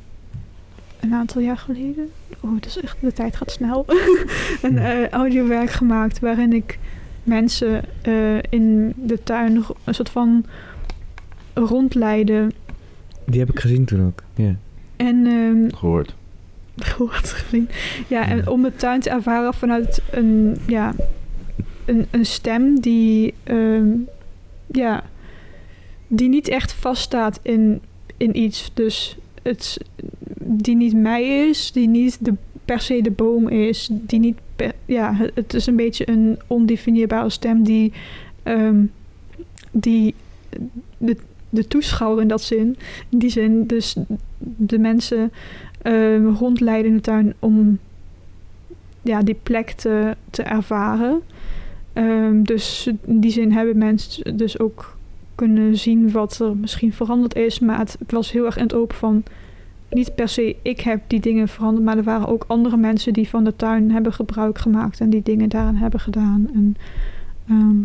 een aantal jaar geleden. Oh, het is echt, de tijd gaat snel. een uh, audiowerk gemaakt waarin ik mensen uh, in de tuin een soort van rondleidde. Die heb ik gezien toen ook, ja. En um, Gehoord. gehoord gezien. Ja, en om de tuin te ervaren vanuit een, ja, een, een stem die, um, ja, die niet echt vaststaat in, in iets. Dus het, die niet mij is, die niet de, per se de boom is, die niet, per, ja, het is een beetje een ondefinieerbare stem die, um, die de, de toeschouwer in dat zin, in die zin, dus de mensen uh, rondleiden in de tuin om ja, die plek te, te ervaren. Um, dus in die zin hebben mensen dus ook kunnen zien wat er misschien veranderd is. Maar het was heel erg in het open van niet per se ik heb die dingen veranderd, maar er waren ook andere mensen die van de tuin hebben gebruik gemaakt en die dingen daarin hebben gedaan. En um,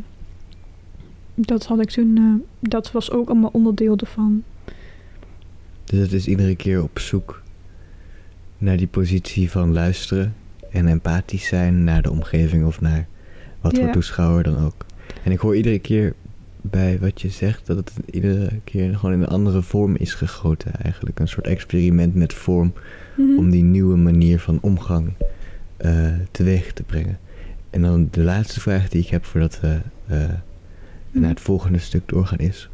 dat had ik toen, uh, dat was ook allemaal onderdeel ervan. Dus het is iedere keer op zoek naar die positie van luisteren en empathisch zijn naar de omgeving of naar wat Ja. voor toeschouwer dan ook. En ik hoor iedere keer bij wat je zegt dat het iedere keer gewoon in een andere vorm is gegoten eigenlijk. Een soort experiment met vorm Mm-hmm. om die nieuwe manier van omgang uh, teweeg te brengen. En dan de laatste vraag die ik heb voordat we uh, Mm. naar het volgende stuk doorgaan is: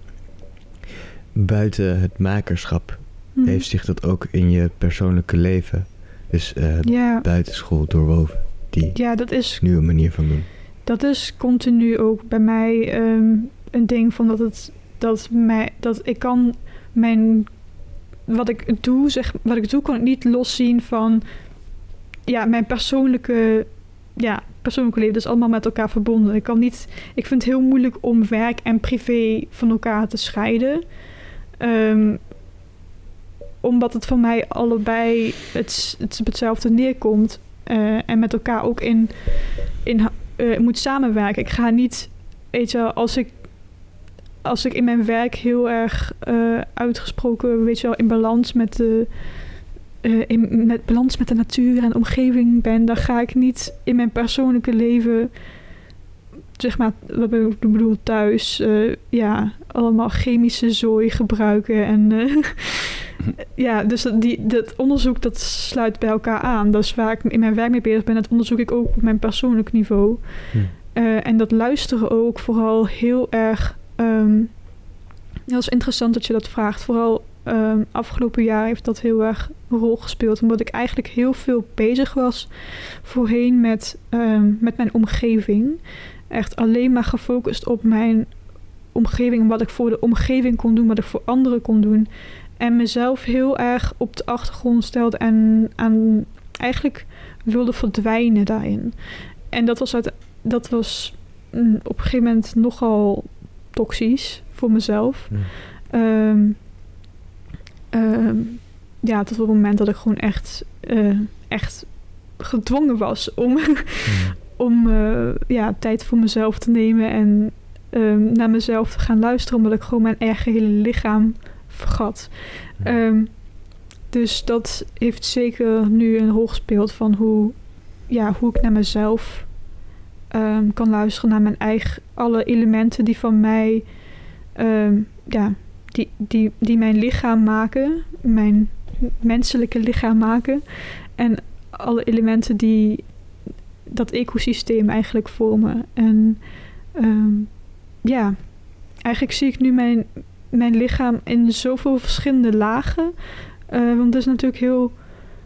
buiten het makerschap, Mm-hmm. heeft zich dat ook in je persoonlijke leven, dus uh, ja. buiten school, doorwoven? Die ja, dat is nieuwe manier van doen. Dat is continu ook bij mij um, een ding van dat het dat mij dat ik kan mijn wat ik doe zeg wat ik doe kan ik niet loszien van ja mijn persoonlijke ja persoonlijke leven. Dat is allemaal met elkaar verbonden. Ik kan niet. Ik vind het heel moeilijk om werk en privé van elkaar te scheiden. Um, omdat het voor mij allebei het, het op hetzelfde neerkomt uh, en met elkaar ook in in Uh, moet samenwerken. Ik ga niet, weet je, als ik als ik in mijn werk heel erg uh, uitgesproken, weet je wel, in balans met de uh, in met balans met de natuur en de omgeving ben, dan ga ik niet in mijn persoonlijke leven, zeg maar, wat ik bedoel thuis, uh, ja, allemaal chemische zooi gebruiken en uh, ja, dus dat, die, dat onderzoek dat sluit bij elkaar aan. Dat is waar ik in mijn werk mee bezig ben. Dat onderzoek ik ook op mijn persoonlijk niveau. Hm. Uh, en dat luisteren ook vooral heel erg. Um, dat is interessant dat je dat vraagt. Vooral um, afgelopen jaar heeft dat heel erg een rol gespeeld. Omdat ik eigenlijk heel veel bezig was voorheen met, um, met mijn omgeving. Echt alleen maar gefocust op mijn omgeving. Wat ik voor de omgeving kon doen, wat ik voor anderen kon doen. En mezelf heel erg op de achtergrond stelde en aan eigenlijk wilde verdwijnen daarin. En dat was, uit, dat was mm, op een gegeven moment nogal toxisch voor mezelf. Ja. Um, um, ja, tot op het moment dat ik gewoon echt, uh, echt gedwongen was om, Ja. om uh, ja, tijd voor mezelf te nemen en um, naar mezelf te gaan luisteren, omdat ik gewoon mijn eigen hele lichaam vergat. Ja. Um, dus dat heeft zeker nu een rol gespeeld van hoe, ja, hoe ik naar mezelf um, kan luisteren, naar mijn eigen, alle elementen die van mij, um, ja, die, die, die mijn lichaam maken, mijn menselijke lichaam maken en alle elementen die dat ecosysteem eigenlijk vormen. En um, ja, eigenlijk zie ik nu mijn mijn lichaam in zoveel verschillende lagen. Uh, want het is natuurlijk heel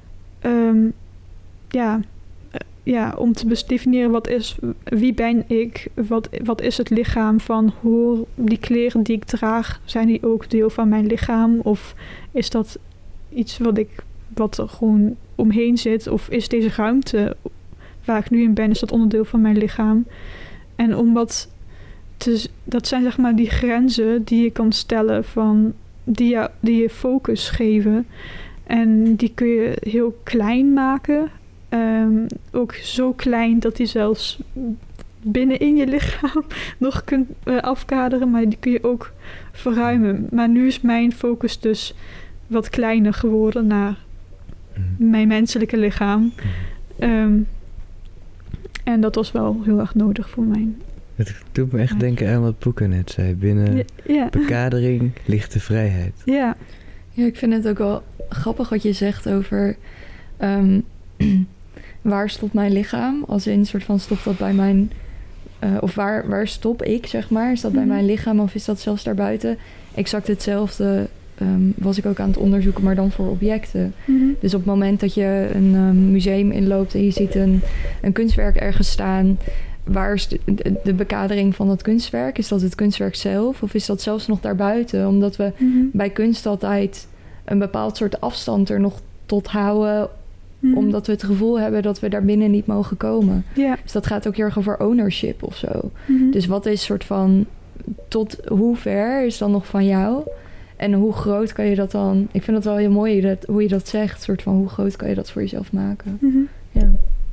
um, ja, uh, ja, om te bes- definiëren wat is, wie ben ik, wat, wat is het lichaam van hoe die kleren die ik draag, zijn die ook deel van mijn lichaam? Of is dat iets wat ik, wat er gewoon omheen zit? Of is deze ruimte waar ik nu in ben, is dat onderdeel van mijn lichaam? En om wat te, dat zijn zeg maar die grenzen die je kan stellen van, die je, die je focus geven. En die kun je heel klein maken. Um, ook zo klein dat die zelfs binnenin je lichaam nog kunt uh, afkaderen. Maar die kun je ook verruimen. Maar nu is mijn focus dus wat kleiner geworden naar mm. mijn menselijke lichaam. Mm. Um, en dat was wel heel erg nodig voor mij. Het doet me echt ja. denken aan wat Poeka net zei. Binnen ja, ja. bekadering ligt de vrijheid. Ja. Ja, ik vind het ook wel grappig wat je zegt over um, waar stopt mijn lichaam? Als in een soort van stopt dat bij mijn... Uh, of waar, waar stop ik, zeg maar? Is dat mm-hmm. bij mijn lichaam of is dat zelfs daarbuiten? Exact hetzelfde um, was ik ook aan het onderzoeken, maar dan voor objecten. Mm-hmm. Dus op het moment dat je een um, museum inloopt en je ziet een, een kunstwerk ergens staan... Waar is de, de, de bekadering van dat kunstwerk? Is dat het kunstwerk zelf? Of is dat zelfs nog daarbuiten? Omdat we mm-hmm. bij kunst altijd een bepaald soort afstand er nog tot houden... Mm-hmm. Omdat we het gevoel hebben dat we daar binnen niet mogen komen. Yeah. Dus dat gaat ook heel erg over ownership of zo. Mm-hmm. Dus wat is soort van... Tot hoe ver is dan nog van jou? En hoe groot kan je dat dan... Ik vind het wel heel mooi dat, hoe je dat zegt. Soort van hoe groot kan je dat voor jezelf maken? Mm-hmm. Ja.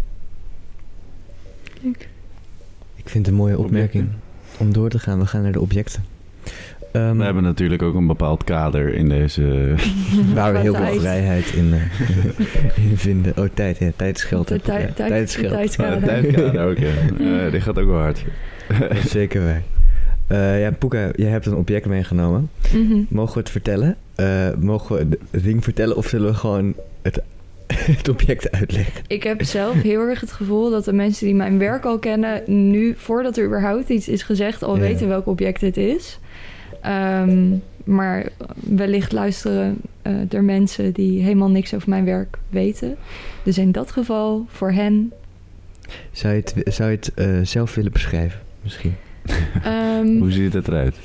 Leuk. Ik vind het een mooie opmerking om door te gaan. We gaan naar de objecten. Um, we hebben natuurlijk ook een bepaald kader in deze... waar we heel veel vrijheid in, uh, in vinden. Oh, tijd. Ja, tijd is geld. De tij- ja, tij- tijd is geld. Tijdskader. Uh, tijdskader ook, ja. Uh, die gaat ook wel hard. Zeker waar. Uh, ja, Poeka, jij hebt een object meegenomen. Mm-hmm. Mogen we het vertellen? Uh, mogen we het ding vertellen of zullen we gewoon het... het object uitleggen? Ik heb zelf heel erg het gevoel dat de mensen die mijn werk al kennen... nu, voordat er überhaupt iets is gezegd... al ja. weten welk object het is. Um, maar wellicht luisteren uh, er mensen... die helemaal niks over mijn werk weten. Dus in dat geval, voor hen... Zou je het, zou je het uh, zelf willen beschrijven, misschien? Um, Hoe ziet het eruit?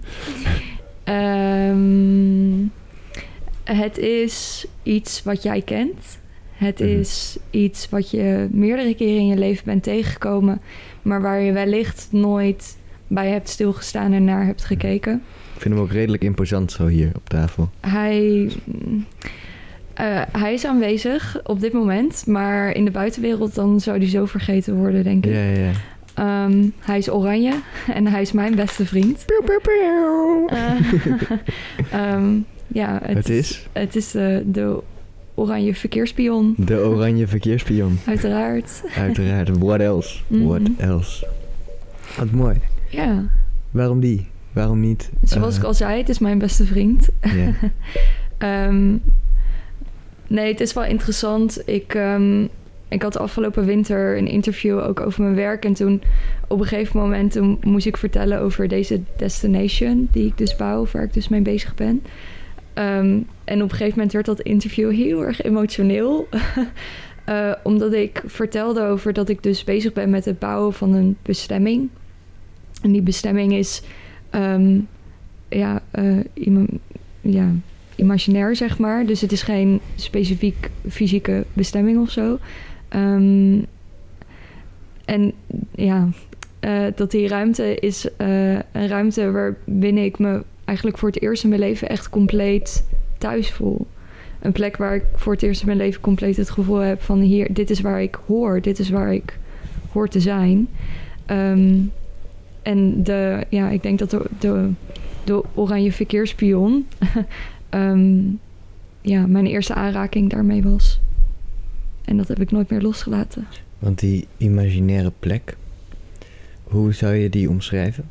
um, het is iets wat jij kent... Het mm-hmm. is iets wat je meerdere keren in je leven bent tegengekomen... maar waar je wellicht nooit bij hebt stilgestaan en naar hebt gekeken. Ik vind hem ook redelijk imposant zo hier op tafel. Hij, uh, hij is aanwezig op dit moment... maar in de buitenwereld dan zou hij zo vergeten worden, denk ik. Ja, ja, ja. Um, hij is oranje en hij is mijn beste vriend. Pew, pew, pew. Uh, um, ja, het, het is? Het is de... de oranje verkeerspion. De oranje verkeerspion. Uiteraard. Uiteraard. What else? Mm-hmm. What else? Wat mooi. Ja. Waarom die? Waarom niet? Zoals uh, ik al zei, het is mijn beste vriend. Yeah. um, nee, het is wel interessant. Ik, um, ik had afgelopen winter een interview ook over mijn werk. En toen op een gegeven moment toen moest ik vertellen over deze destination die ik dus bouw, waar ik dus mee bezig ben. Um, en op een gegeven moment werd dat interview heel erg emotioneel. uh, omdat ik vertelde over dat ik dus bezig ben met het bouwen van een bestemming. En die bestemming is um, ja, uh, ima- ja, imaginair, zeg maar. Dus het is geen specifiek fysieke bestemming of zo. Um, en ja, uh, dat die ruimte is uh, een ruimte waarbinnen ik me eigenlijk voor het eerst in mijn leven echt compleet thuis voel. Een plek waar ik voor het eerst in mijn leven compleet het gevoel heb van hier, dit is waar ik hoor, dit is waar ik hoor te zijn. Um, en de, ja, ik denk dat de, de, de oranje verkeerspion um, ja, mijn eerste aanraking daarmee was. En dat heb ik nooit meer losgelaten. Want die imaginaire plek, hoe zou je die omschrijven?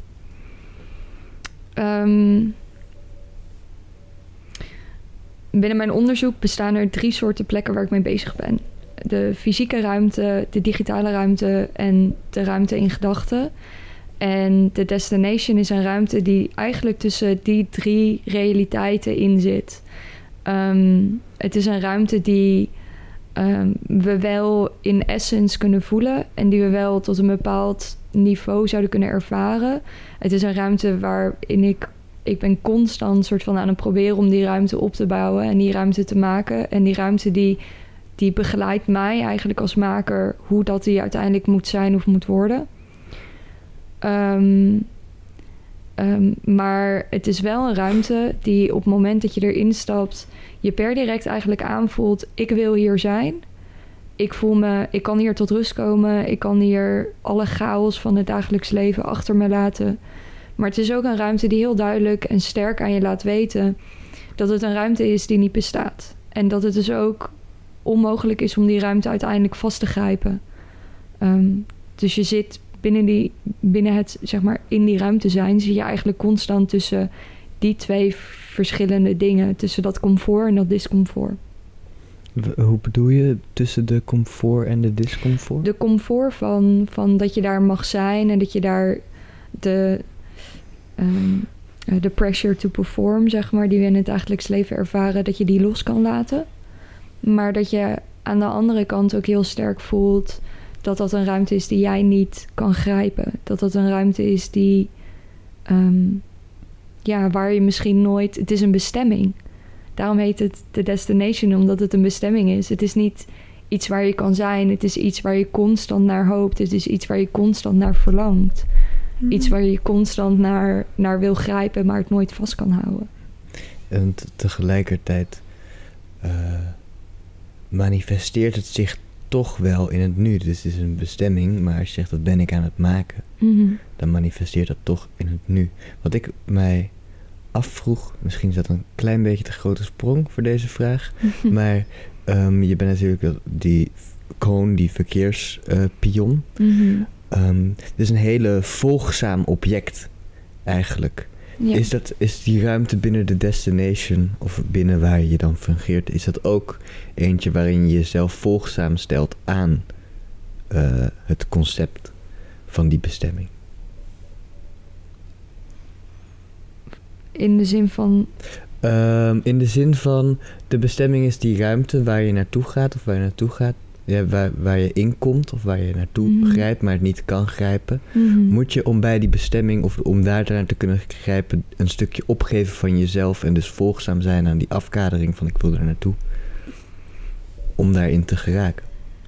Um, binnen mijn onderzoek bestaan er drie soorten plekken waar ik mee bezig ben. De fysieke ruimte, de digitale ruimte en de ruimte in gedachten. En de destination is een ruimte die eigenlijk tussen die drie realiteiten in zit. Um, het is een ruimte die um, we wel in essence kunnen voelen en die we wel tot een bepaald niveau zouden kunnen ervaren. Het is een ruimte waarin ik, ik ben constant soort van aan het proberen om die ruimte op te bouwen en die ruimte te maken. En die ruimte die, die begeleidt mij eigenlijk als maker hoe dat die uiteindelijk moet zijn of moet worden. Um, um, maar het is wel een ruimte die op het moment dat je erin stapt, je per direct eigenlijk aanvoelt, ik wil hier zijn. Ik voel me, ik kan hier tot rust komen. Ik kan hier alle chaos van het dagelijks leven achter me laten. Maar het is ook een ruimte die heel duidelijk en sterk aan je laat weten dat het een ruimte is die niet bestaat. En dat het dus ook onmogelijk is om die ruimte uiteindelijk vast te grijpen. Um, dus je zit binnen, die, binnen het, zeg maar, in die ruimte zijn, zie je eigenlijk constant tussen die twee verschillende dingen. Tussen dat comfort en dat discomfort. W- Hoe bedoel je tussen de comfort en de discomfort? De comfort van, van dat je daar mag zijn en dat je daar de, um, de pressure to perform, zeg maar, die we in het dagelijks leven ervaren, dat je die los kan laten. Maar dat je aan de andere kant ook heel sterk voelt dat dat een ruimte is die jij niet kan grijpen. Dat dat een ruimte is die, um, ja, waar je misschien nooit, het is een bestemming. Daarom heet het de destination, omdat het een bestemming is. Het is niet iets waar je kan zijn. Het is iets waar je constant naar hoopt. Het is iets waar je constant naar verlangt. Mm-hmm. Iets waar je constant naar, naar wil grijpen, maar het nooit vast kan houden. En t- tegelijkertijd uh, manifesteert het zich toch wel in het nu. Dus het is een bestemming, maar als je zegt dat ben ik aan het maken, Mm-hmm. dan manifesteert dat toch in het nu. Wat ik mij afvroeg, misschien is dat een klein beetje te grote sprong voor deze vraag, maar um, je bent natuurlijk die koon, die verkeerspion. Uh, mm-hmm. um, het is een hele volgzaam object eigenlijk. Ja. Is, dat, is die ruimte binnen de destination of binnen waar je dan fungeert, is dat ook eentje waarin je jezelf volgzaam stelt aan uh, het concept van die bestemming? In de zin van... Um, in de zin van, de bestemming is die ruimte waar je naartoe gaat of waar je naartoe gaat. Ja, waar, waar je in komt of waar je naartoe Mm-hmm. grijpt, maar het niet kan grijpen. Mm-hmm. Moet je om bij die bestemming of om daar naar te kunnen grijpen een stukje opgeven van jezelf en dus volgzaam zijn aan die afkadering van ik wil er naartoe. Om daarin te geraken.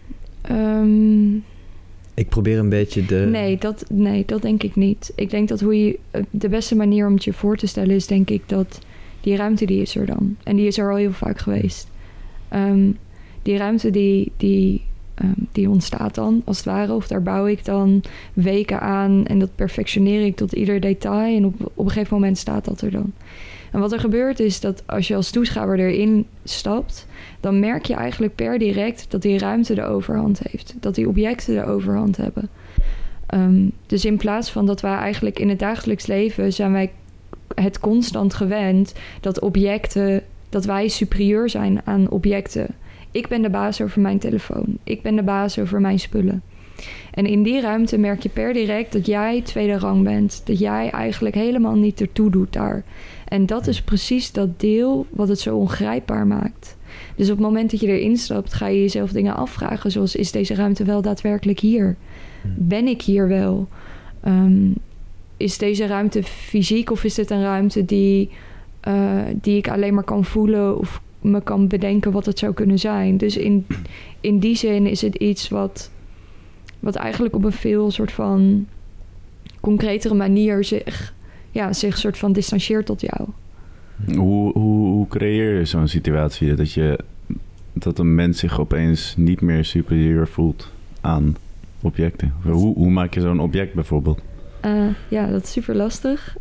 Um, Ik probeer een beetje de... nee, dat, nee, dat denk ik niet. Ik denk dat hoe je... De beste manier om het je voor te stellen is denk ik dat die ruimte die is er dan. En die is er al heel vaak geweest. Um, die ruimte die, die, um, die ontstaat dan als het ware. Of daar bouw ik dan weken aan en dat perfectioneer ik tot ieder detail. En op, op een gegeven moment staat dat er dan. En wat er gebeurt is dat als je als toeschouwer erin stapt, dan merk je eigenlijk per direct dat die ruimte de overhand heeft. Dat die objecten de overhand hebben. Um, dus in plaats van dat wij eigenlijk in het dagelijks leven zijn wij het constant gewend dat objecten, dat wij superieur zijn aan objecten. Ik ben de baas over mijn telefoon. Ik ben de baas over mijn spullen. En in die ruimte merk je per direct dat jij tweede rang bent. Dat jij eigenlijk helemaal niet ertoe doet daar. En dat is precies dat deel wat het zo ongrijpbaar maakt. Dus op het moment dat je erin stapt, ga je jezelf dingen afvragen. Zoals, is deze ruimte wel daadwerkelijk hier? Ben ik hier wel? Um, is deze ruimte fysiek of is dit een ruimte die, uh, die ik alleen maar kan voelen of me kan bedenken wat het zou kunnen zijn? Dus in, in die zin is het iets wat, wat eigenlijk op een veel soort van concretere manier zich, ja, zich soort van distancieert tot jou. Hoe, hoe, hoe creëer je zo'n situatie dat je dat een mens zich opeens niet meer superieur voelt aan objecten? Hoe, hoe maak je zo'n object bijvoorbeeld? Uh, ja, dat is super lastig.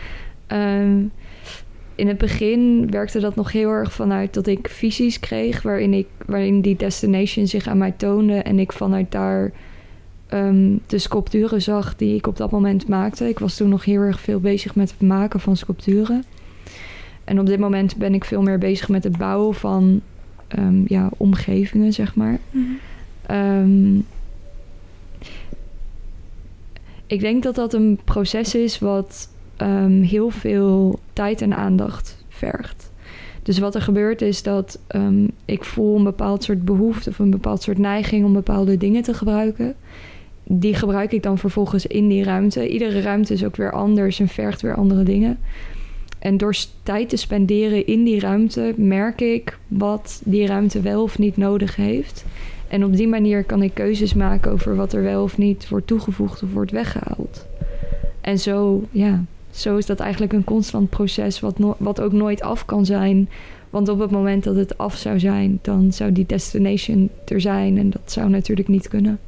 um, in het begin werkte dat nog heel erg vanuit dat ik visies kreeg, waarin, ik, waarin die destination zich aan mij toonde en ik vanuit daar um, de sculpturen zag die ik op dat moment maakte. Ik was toen nog heel erg veel bezig met het maken van sculpturen. En op dit moment ben ik veel meer bezig met het bouwen van um, ja, omgevingen, zeg maar. Mm-hmm. Um, ik denk dat dat een proces is wat um, heel veel tijd en aandacht vergt. Dus wat er gebeurt is dat um, ik voel een bepaald soort behoefte of een bepaald soort neiging om bepaalde dingen te gebruiken. Die gebruik ik dan vervolgens in die ruimte. Iedere ruimte is ook weer anders en vergt weer andere dingen. En door tijd te spenderen in die ruimte merk ik wat die ruimte wel of niet nodig heeft. En op die manier kan ik keuzes maken over wat er wel of niet wordt toegevoegd of wordt weggehaald. En zo, ja, zo is dat eigenlijk een constant proces wat, no- wat ook nooit af kan zijn. Want op het moment dat het af zou zijn, dan zou die destination er zijn. En dat zou natuurlijk niet kunnen.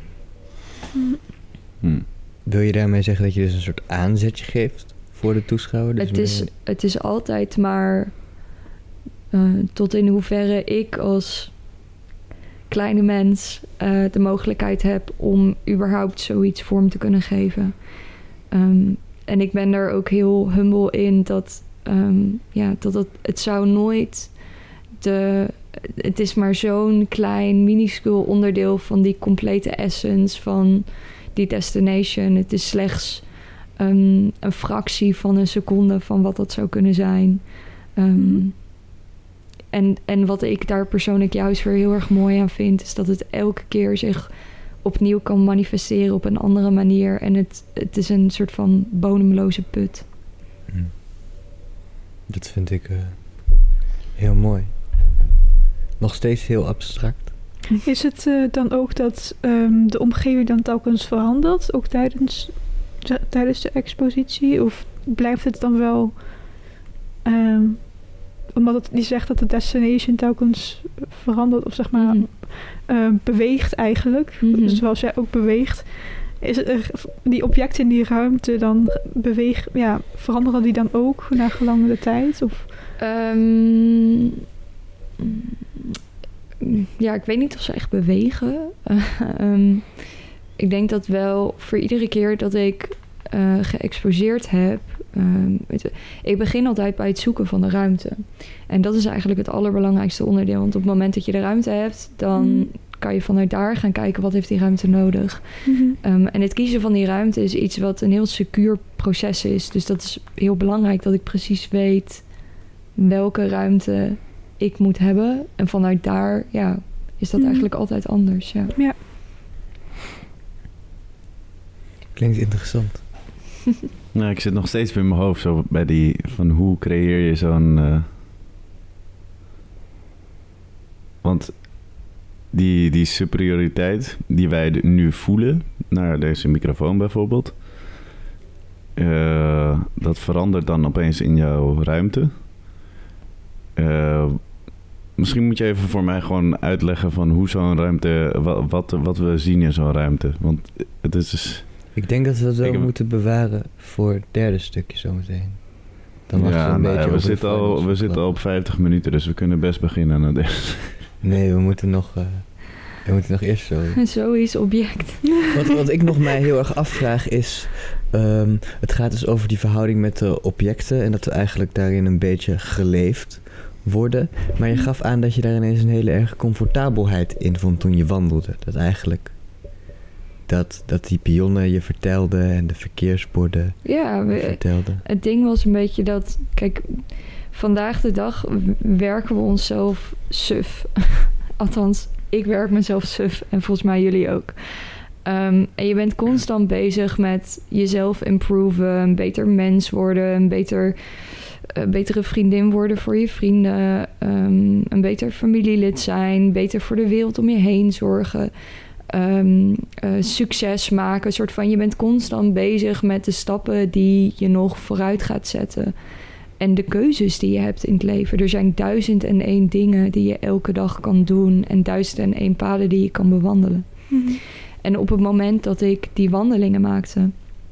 Hm. Wil je daarmee zeggen dat je dus een soort aanzetje geeft voor de toeschouwer? Dus Het is, meer- het is altijd maar uh, tot in hoeverre ik als kleine mens uh, de mogelijkheid heb om überhaupt zoiets vorm te kunnen geven. Um, en ik ben daar ook heel humble in dat, um, ja, dat het, het zou nooit de... Het is maar zo'n klein, minuscuul onderdeel van die complete essence van die destination. Het is slechts um, een fractie van een seconde van wat dat zou kunnen zijn. Um, mm-hmm. en, en wat ik daar persoonlijk juist weer heel erg mooi aan vind, is dat het elke keer zich opnieuw kan manifesteren op een andere manier. En het, het is een soort van bodemloze put. Mm. Dat vind ik uh, heel mooi. Nog steeds heel abstract. Is het uh, dan ook dat um, de omgeving dan telkens verandert, ook tijdens, z- tijdens de expositie? Of blijft het dan wel, um, omdat het, die zegt dat de destination telkens verandert, of zeg maar mm-hmm. uh, beweegt eigenlijk, mm-hmm. zoals jij ook beweegt. Is het, uh, die objecten in die ruimte dan bewegen, ja, veranderen die dan ook naar gelang de tijd? Of? Um... Ja, ik weet niet of ze echt bewegen. Uh, um, ik denk dat wel voor iedere keer dat ik uh, geëxposeerd heb... Um, weet je, ik begin altijd bij het zoeken van de ruimte. En dat is eigenlijk het allerbelangrijkste onderdeel. Want op het moment dat je de ruimte hebt... dan mm. kan je vanuit daar gaan kijken wat heeft die ruimte nodig. Mm-hmm. Um, en het kiezen van die ruimte is iets wat een heel secuur proces is. Dus dat is heel belangrijk dat ik precies weet welke ruimte ik moet hebben. En vanuit daar, ja, is dat mm. eigenlijk altijd anders. Ja. ja. Klinkt interessant. Nou, ik zit nog steeds bij mijn hoofd zo bij die van hoe creëer je zo'n... Uh... Want die, die superioriteit die wij nu voelen naar deze microfoon bijvoorbeeld, uh, dat verandert dan opeens in jouw ruimte. Uh, misschien moet je even voor mij gewoon uitleggen van hoe zo'n ruimte, wat, wat, wat we zien in zo'n ruimte. Want het is dus... Ik denk dat we dat wel ik, moeten bewaren voor het derde stukje zometeen. Dan mag ja, je een nou, beetje ja, we, zitten al, we zitten al op vijftig minuten, dus we kunnen best beginnen aan deze. Nee, we moeten nog, uh, we moeten nog eerst zo. Zoiets object. Wat, wat ik nog mij heel erg afvraag is, um, het gaat dus over die verhouding met de objecten en dat we eigenlijk daarin een beetje geleefd worden. Maar je gaf aan dat je daar ineens een hele erg comfortabelheid in vond toen je wandelde. Dat eigenlijk dat, dat die pionnen je vertelden en de verkeersborden ja, we, vertelden. Het ding was een beetje dat, kijk, vandaag de dag werken we onszelf suf. Althans, ik werk mezelf suf en volgens mij jullie ook. Um, en je bent constant bezig met jezelf improven, een beter mens worden, een beter... Een betere vriendin worden voor je vrienden, um, een beter familielid zijn, beter voor de wereld om je heen zorgen, um, uh, succes maken. Een soort van, je bent constant bezig met de stappen die je nog vooruit gaat zetten. En de keuzes die je hebt in het leven. Er zijn duizend en één dingen die je elke dag kan doen en duizend en één paden die je kan bewandelen. Mm-hmm. En op het moment dat ik die wandelingen maakte,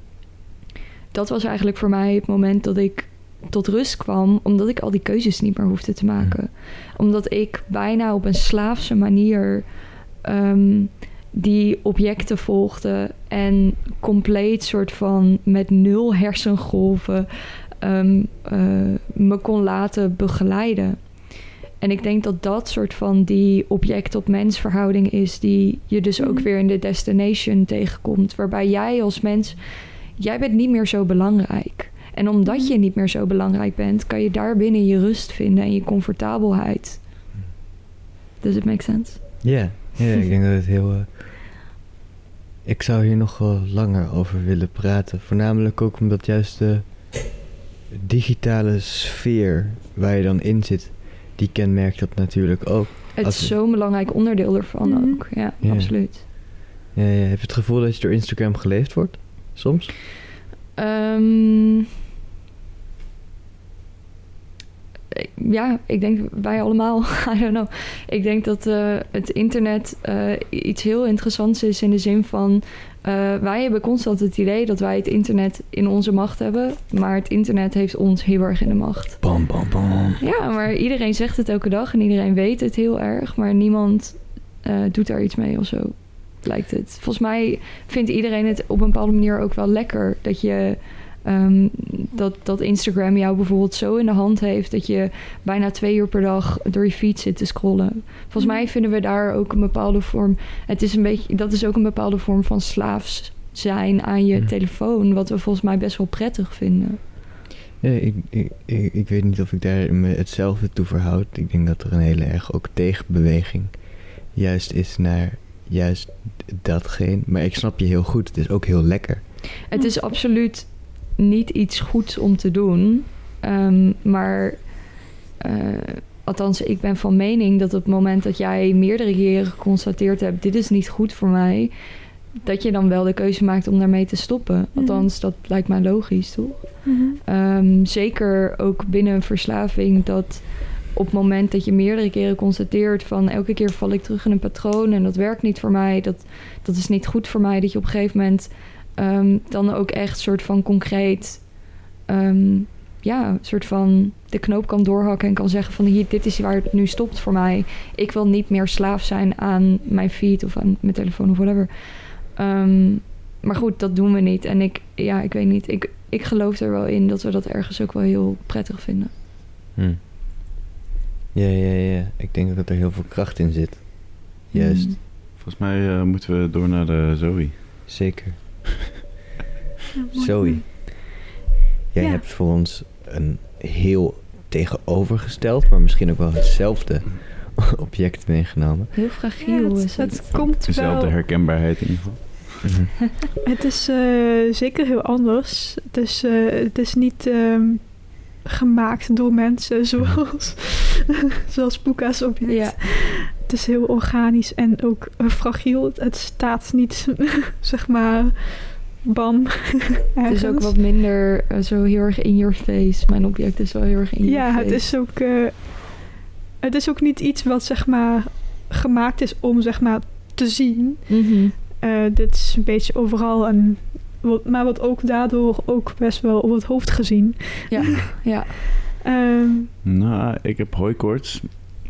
dat was eigenlijk voor mij het moment dat ik tot rust kwam, omdat ik al die keuzes niet meer hoefde te maken. Omdat ik bijna op een slaafse manier um, die objecten volgde en compleet soort van met nul hersengolven um, uh, me kon laten begeleiden. En ik denk dat dat soort van die object-op-mens verhouding is die je dus ook weer in de destination tegenkomt, waarbij jij als mens, jij bent niet meer zo belangrijk. En omdat je niet meer zo belangrijk bent, kan je daarbinnen je rust vinden en je comfortabelheid. Does it make sense? Ja, ja, ik denk dat het heel... Uh, ik zou hier nog wel langer over willen praten. Voornamelijk ook omdat juist de digitale sfeer waar je dan in zit, die kenmerkt dat natuurlijk ook. Het Als is je- zo'n belangrijk onderdeel ervan Mhm. ook. Ja, Ja. absoluut. Ja, ja, heb je het gevoel dat je door Instagram geleefd wordt? Soms? Ehm, ja, ik denk wij allemaal. I don't know. Ik denk dat eh, het internet eh, iets heel interessants is in de zin van... eh, wij hebben constant het idee dat wij het internet in onze macht hebben. Maar het internet heeft ons heel erg in de macht. Bam, bam, bam. Ja, maar iedereen zegt het elke dag en iedereen weet het heel erg. Maar niemand eh, doet daar iets mee of zo, lijkt het. Volgens mij vindt iedereen het op een bepaalde manier ook wel lekker. Dat je... ehm, dat, dat Instagram jou bijvoorbeeld zo in de hand heeft... dat je bijna twee uur per dag door je feed zit te scrollen. Volgens mij vinden we daar ook een bepaalde vorm... Het is een beetje, dat is ook een bepaalde vorm van slaafs zijn aan je Mhm. telefoon... wat we volgens mij best wel prettig vinden. Ja, ik, ik, ik, ik weet niet of ik daar me hetzelfde toe verhoud. Ik denk dat er een hele erg ook tegenbeweging juist is naar juist datgene. Maar ik snap je heel goed. Het is ook heel lekker. Het is absoluut niet iets goeds om te doen. Um, maar uh, althans, ik ben van mening dat op het moment dat jij meerdere keren geconstateerd hebt... dit is niet goed voor mij... dat je dan wel de keuze maakt om daarmee te stoppen. Althans, dat lijkt mij logisch, toch? Mhm. Um, zeker ook binnen een verslaving... dat op het moment dat je meerdere keren constateert... van elke keer val ik terug in een patroon... en dat werkt niet voor mij, dat, dat is niet goed voor mij... dat je op een gegeven moment... Um, dan ook echt soort van concreet... Um, ja, soort van de knoop kan doorhakken... en kan zeggen van hier, dit is waar het nu stopt voor mij. Ik wil niet meer slaaf zijn aan mijn feed... of aan mijn telefoon of whatever. Um, maar goed, dat doen we niet. En ik, ja, ik weet niet. Ik, ik geloof er wel in dat we dat ergens ook wel heel prettig vinden. Hm. Ja, ja, ja. Ik denk dat er heel veel kracht in zit. Juist, Mm. Volgens mij uh, moeten we door naar de Zoe. zeker. Ja, mooi. Zoe, jij Ja. hebt voor ons een heel tegenovergesteld, maar misschien ook wel hetzelfde object meegenomen. Heel Ja, fragiel het, is het. het komt Dezelfde wel... herkenbaarheid in ieder geval. Mhm. Het is eh, zeker heel anders. Het is, eh, het is niet ehm, gemaakt door mensen zoals, zoals Puka's object. Ja. Het is heel organisch en ook eh, fragiel. Het, het staat niet, zeg maar, bam. Het is ook ergens. wat minder uh, zo heel erg in your face. Mijn object is wel heel erg in your Ja, face. het is ook... eh, het is ook niet iets wat, zeg maar, gemaakt is om, zeg maar, te zien. Mhm. Uh, dit is een beetje overal en wat, maar wat ook daardoor ook best wel op het hoofd gezien. Ja, ja. Um, Nou, ik heb hooikoorts.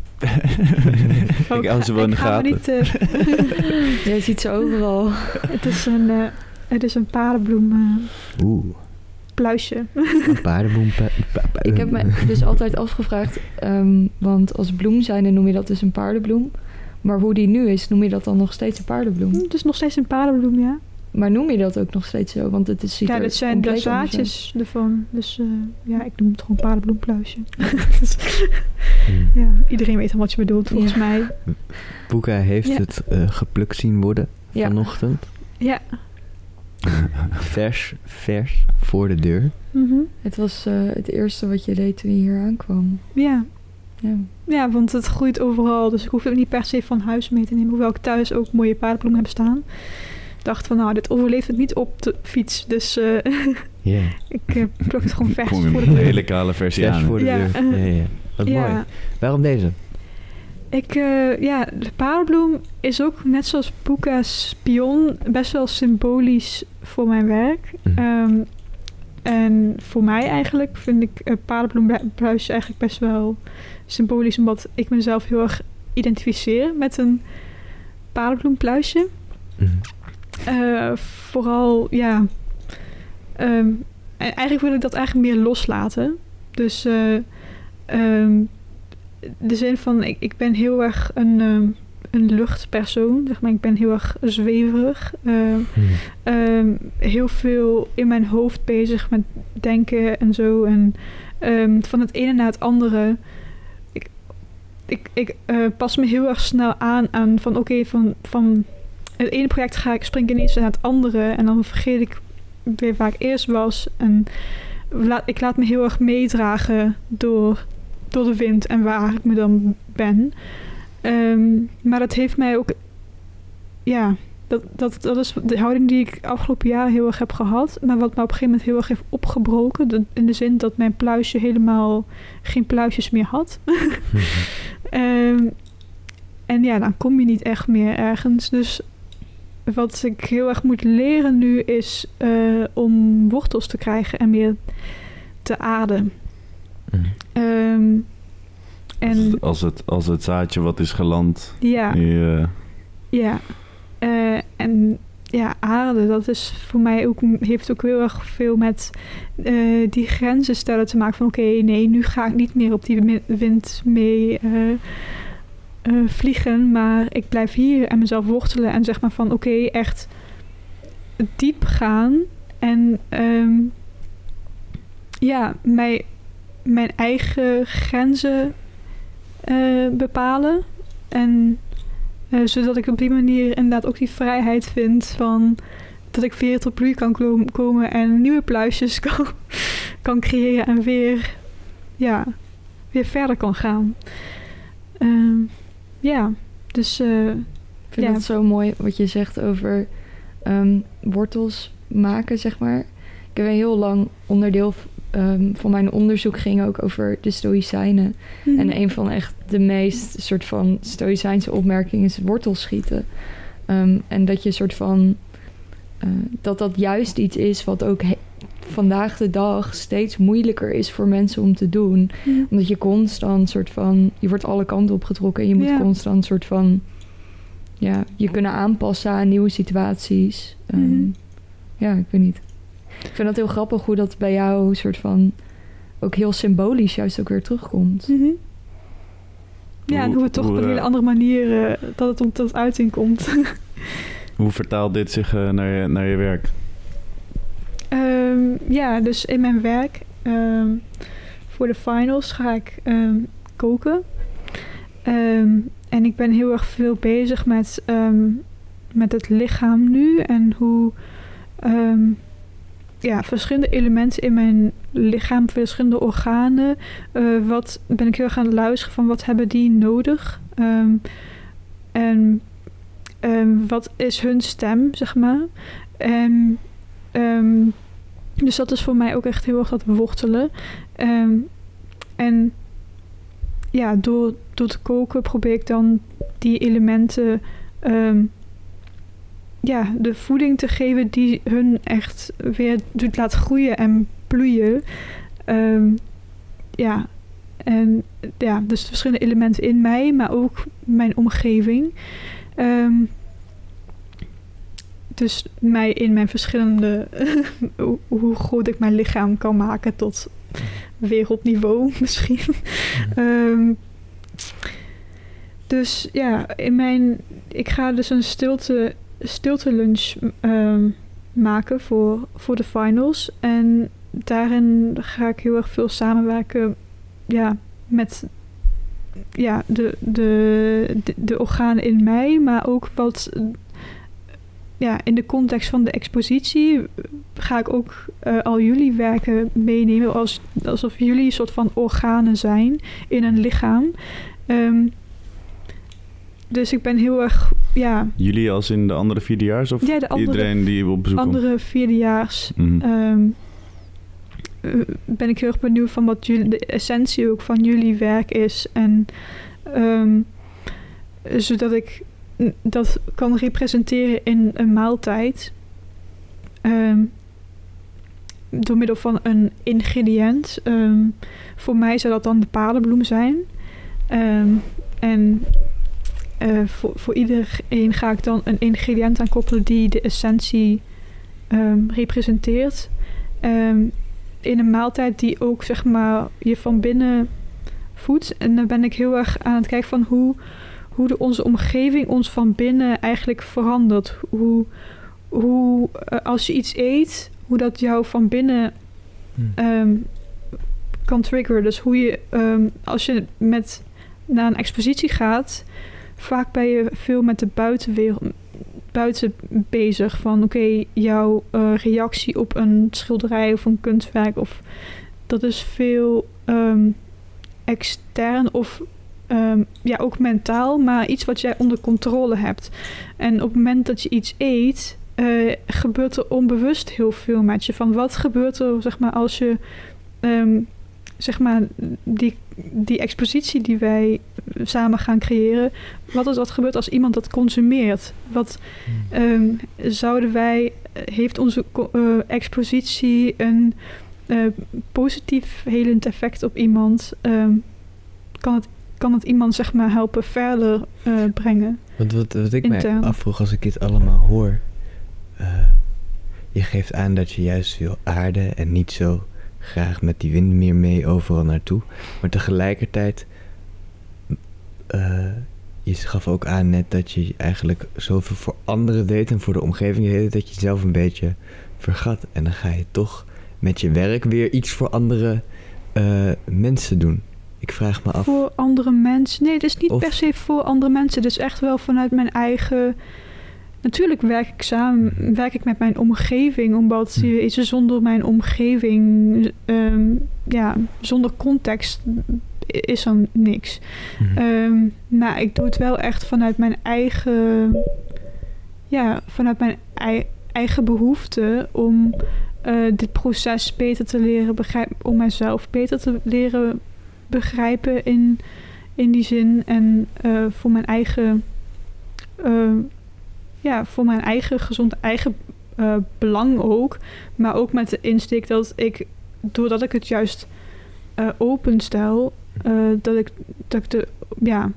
ik hou ze wel in de ga me gaten. Niet, uh, Jij ziet ze overal. het is een, uh, het is een paardenbloem uh, Oeh, pluisje. een paardenboom. pa- pa- pa- Ik heb me dus altijd afgevraagd... Um, want als bloem zijnde noem je dat dus een paardenbloem. Maar hoe die nu is, noem je dat dan nog steeds een paardenbloem? Het is nog steeds een paardenbloem, ja. Maar noem je dat ook nog steeds zo? Want het is, ziet Ja, er dit zijn de compleet anders uit. zaadjes ervan. Dus uh, ja, ik noem het gewoon paardenbloempluisje. Dus, Hm. ja, iedereen weet al wat je bedoelt, volgens Ja. mij. Puka heeft Ja. het uh, geplukt zien worden Ja. vanochtend. Ja. Vers, vers, voor de deur. Mhm. Het was uh, het eerste wat je deed toen je hier aankwam. Ja. Ja. Ja, want het groeit overal. Dus ik hoef het niet per se van huis mee te nemen. Hoewel ik thuis ook mooie paardenbloemen heb staan. Ik dacht van, nou, dit overleeft het niet op de fiets. Dus uh, Ja, ik uh, pluk het gewoon vers Kom je voor met de een deur. hele kale versie vers aan. voor de Ja, deur. uh, Ja, ja. Wat ja. mooi. Waarom deze? Ik, uh, ja, de paardenbloem is ook net zoals Puka's pion best wel symbolisch voor mijn werk. Mhm. Um, en voor mij eigenlijk vind ik uh, paardenbloempluisje eigenlijk best wel symbolisch, omdat ik mezelf heel erg identificeer met een paardenbloempluisje. Mhm. Uh, vooral, ja... Um, en eigenlijk wil ik dat eigenlijk meer loslaten. Dus uh, um, de zin van, ik, ik ben heel erg een, um, een luchtpersoon. Zeg maar, ik ben heel erg zweverig. Uh, Hm. um, heel veel in mijn hoofd bezig met denken en zo. En um, van het ene naar het andere. Ik, ik, ik uh, pas me heel erg snel aan aan van oké, okay, van, van het ene project ga ik, spring ik ineens naar het andere. En dan vergeet ik weer waar ik eerst was. En laat, ik laat me heel erg meedragen door, door de wind en waar ik me dan ben. Um, maar dat heeft mij ook... Ja, dat, dat, dat is de houding die ik afgelopen jaar heel erg heb gehad. Maar wat me op een gegeven moment heel erg heeft opgebroken. De, in de zin dat mijn pluisje helemaal geen pluisjes meer had. um, en ja, dan kom je niet echt meer ergens. Dus wat ik heel erg moet leren nu is uh, om wortels te krijgen en meer te aarden. Mm. Um, en, Als het, als, het, als het zaadje wat is geland. Ja. Die, uh... Ja. Uh, en ja, aarde, dat is voor mij ook, heeft ook heel erg veel met uh, die grenzen stellen te maken. Van oké, okay, nee, nu ga ik niet meer op die wind mee uh, uh, vliegen. Maar ik blijf hier en mezelf wortelen. En zeg maar van oké, okay, echt diep gaan. En um, ja, mij, mijn eigen grenzen uh, bepalen. En uh, zodat ik op die manier inderdaad ook die vrijheid vind van dat ik weer tot bloei kan klo- komen en nieuwe pluisjes kan, kan creëren en weer, ja, weer verder kan gaan. Uh, ja, dus... Uh, ik vind ja. het zo mooi wat je zegt over um, wortels maken, zeg maar. Ik heb een heel lang onderdeel um, van mijn onderzoek ging ook over de Stoïcijnen. Mm. En een van echt de meest soort van Stoïcijnse opmerkingen is wortels schieten. Um, en dat je soort van... Uh, dat dat juist iets is wat ook he- vandaag de dag steeds moeilijker is voor mensen om te doen. Mm. Omdat je constant soort van... Je wordt alle kanten opgetrokken en je moet ja. constant soort van... Ja, je kunnen aanpassen aan nieuwe situaties. Um, mm-hmm. Ja, ik weet niet. Ik vind dat heel grappig hoe dat bij jou soort van... ook heel symbolisch juist ook weer terugkomt. Mm-hmm. Ja, en hoe het toch hoe, op een hele andere manier... Uh, dat het om tot uiting komt. Hoe vertaalt dit zich uh, naar, je, naar je werk? Um, ja, dus in mijn werk... Um, voor de finals ga ik um, koken. Um, en ik ben heel erg veel bezig met, um, met het lichaam nu. En hoe... Um, ja, verschillende elementen in mijn lichaam, verschillende organen. Uh, wat ben ik heel erg aan het luisteren van wat hebben die nodig? Um, en um, wat is hun stem, zeg maar. En, um, dus dat is voor mij ook echt heel erg dat wortelen. Um, en ja, door, door te koken probeer ik dan die elementen... Um, ja, de voeding te geven die hun echt weer doet laten groeien en bloeien. Um, ja, en ja, dus verschillende elementen in mij, maar ook mijn omgeving. Um, dus mij in mijn verschillende... hoe groot ik mijn lichaam kan maken tot wereldniveau misschien. um, dus ja, in mijn... Ik ga dus een stilte... stilte lunch um, maken voor, voor de finals. En daarin ga ik heel erg veel samenwerken ja, met ja, de, de, de, de organen in mij, maar ook wat ja, in de context van de expositie ga ik ook uh, al jullie werken meenemen als, alsof jullie een soort van organen zijn in een lichaam. Um, Dus ik ben heel erg, ja... Jullie als in de andere vierdejaars? Of ja, de andere, iedereen die op bezoek komt? andere vierdejaars. Mm-hmm. Um, uh, ben ik heel erg benieuwd van wat jullie, de essentie ook van jullie werk is. En um, zodat ik dat kan representeren in een maaltijd. Um, door middel van een ingrediënt. Um, voor mij zou dat dan de paardenbloem zijn. Um, en... Uh, voor, voor iedereen ga ik dan een ingrediënt aan koppelen die de essentie um, representeert. Um, in een maaltijd die ook zeg maar je van binnen voedt. En dan ben ik heel erg aan het kijken van hoe, hoe de, onze omgeving ons van binnen eigenlijk verandert. Hoe, hoe uh, als je iets eet, hoe dat jou van binnen Hm. um, kan triggeren. Dus hoe je, um, als je met naar een expositie gaat, vaak ben je veel met de buitenwereld buiten bezig. Van oké, okay, jouw uh, reactie op een schilderij of een kunstwerk, of dat is veel um, extern of um, ja, ook mentaal, maar iets wat jij onder controle hebt. En op het moment dat je iets eet, uh, gebeurt er onbewust heel veel met je. Van wat gebeurt er, zeg maar, als je um, zeg maar, die, die expositie die wij samen gaan creëren, wat is wat gebeurt als iemand dat consumeert? Wat um, zouden wij, heeft onze uh, expositie een uh, positief helend effect op iemand? Um, kan het kan het iemand, zeg maar, helpen verder uh, brengen? Want wat, wat ik intern. mij afvroeg als ik dit allemaal hoor, uh, je geeft aan dat je juist wil aarden en niet zo graag met die wind meer mee overal naartoe. Maar tegelijkertijd, uh, je gaf ook aan net dat je eigenlijk zoveel voor anderen deed en voor de omgeving deed, dat je jezelf een beetje vergat. En dan ga je toch met je werk weer iets voor andere uh, mensen doen. Ik vraag me af. Voor andere mensen? Nee, het is niet Of... per se voor andere mensen. Het is echt wel vanuit mijn eigen... Natuurlijk werk ik samen, werk ik met mijn omgeving, omdat je weet, zonder mijn omgeving, um, ja, zonder context is er niks. Mm-hmm. Um, maar ik doe het wel echt vanuit mijn eigen, ja, vanuit mijn ei, eigen behoefte om uh, dit proces beter te leren begrijpen, om mijzelf beter te leren begrijpen in, in die zin en uh, voor mijn eigen... Uh, Ja, voor mijn eigen gezond eigen uh, belang ook. Maar ook met de insteek dat ik, doordat ik het juist uh, openstel, uh, dat ik dat ik de ja,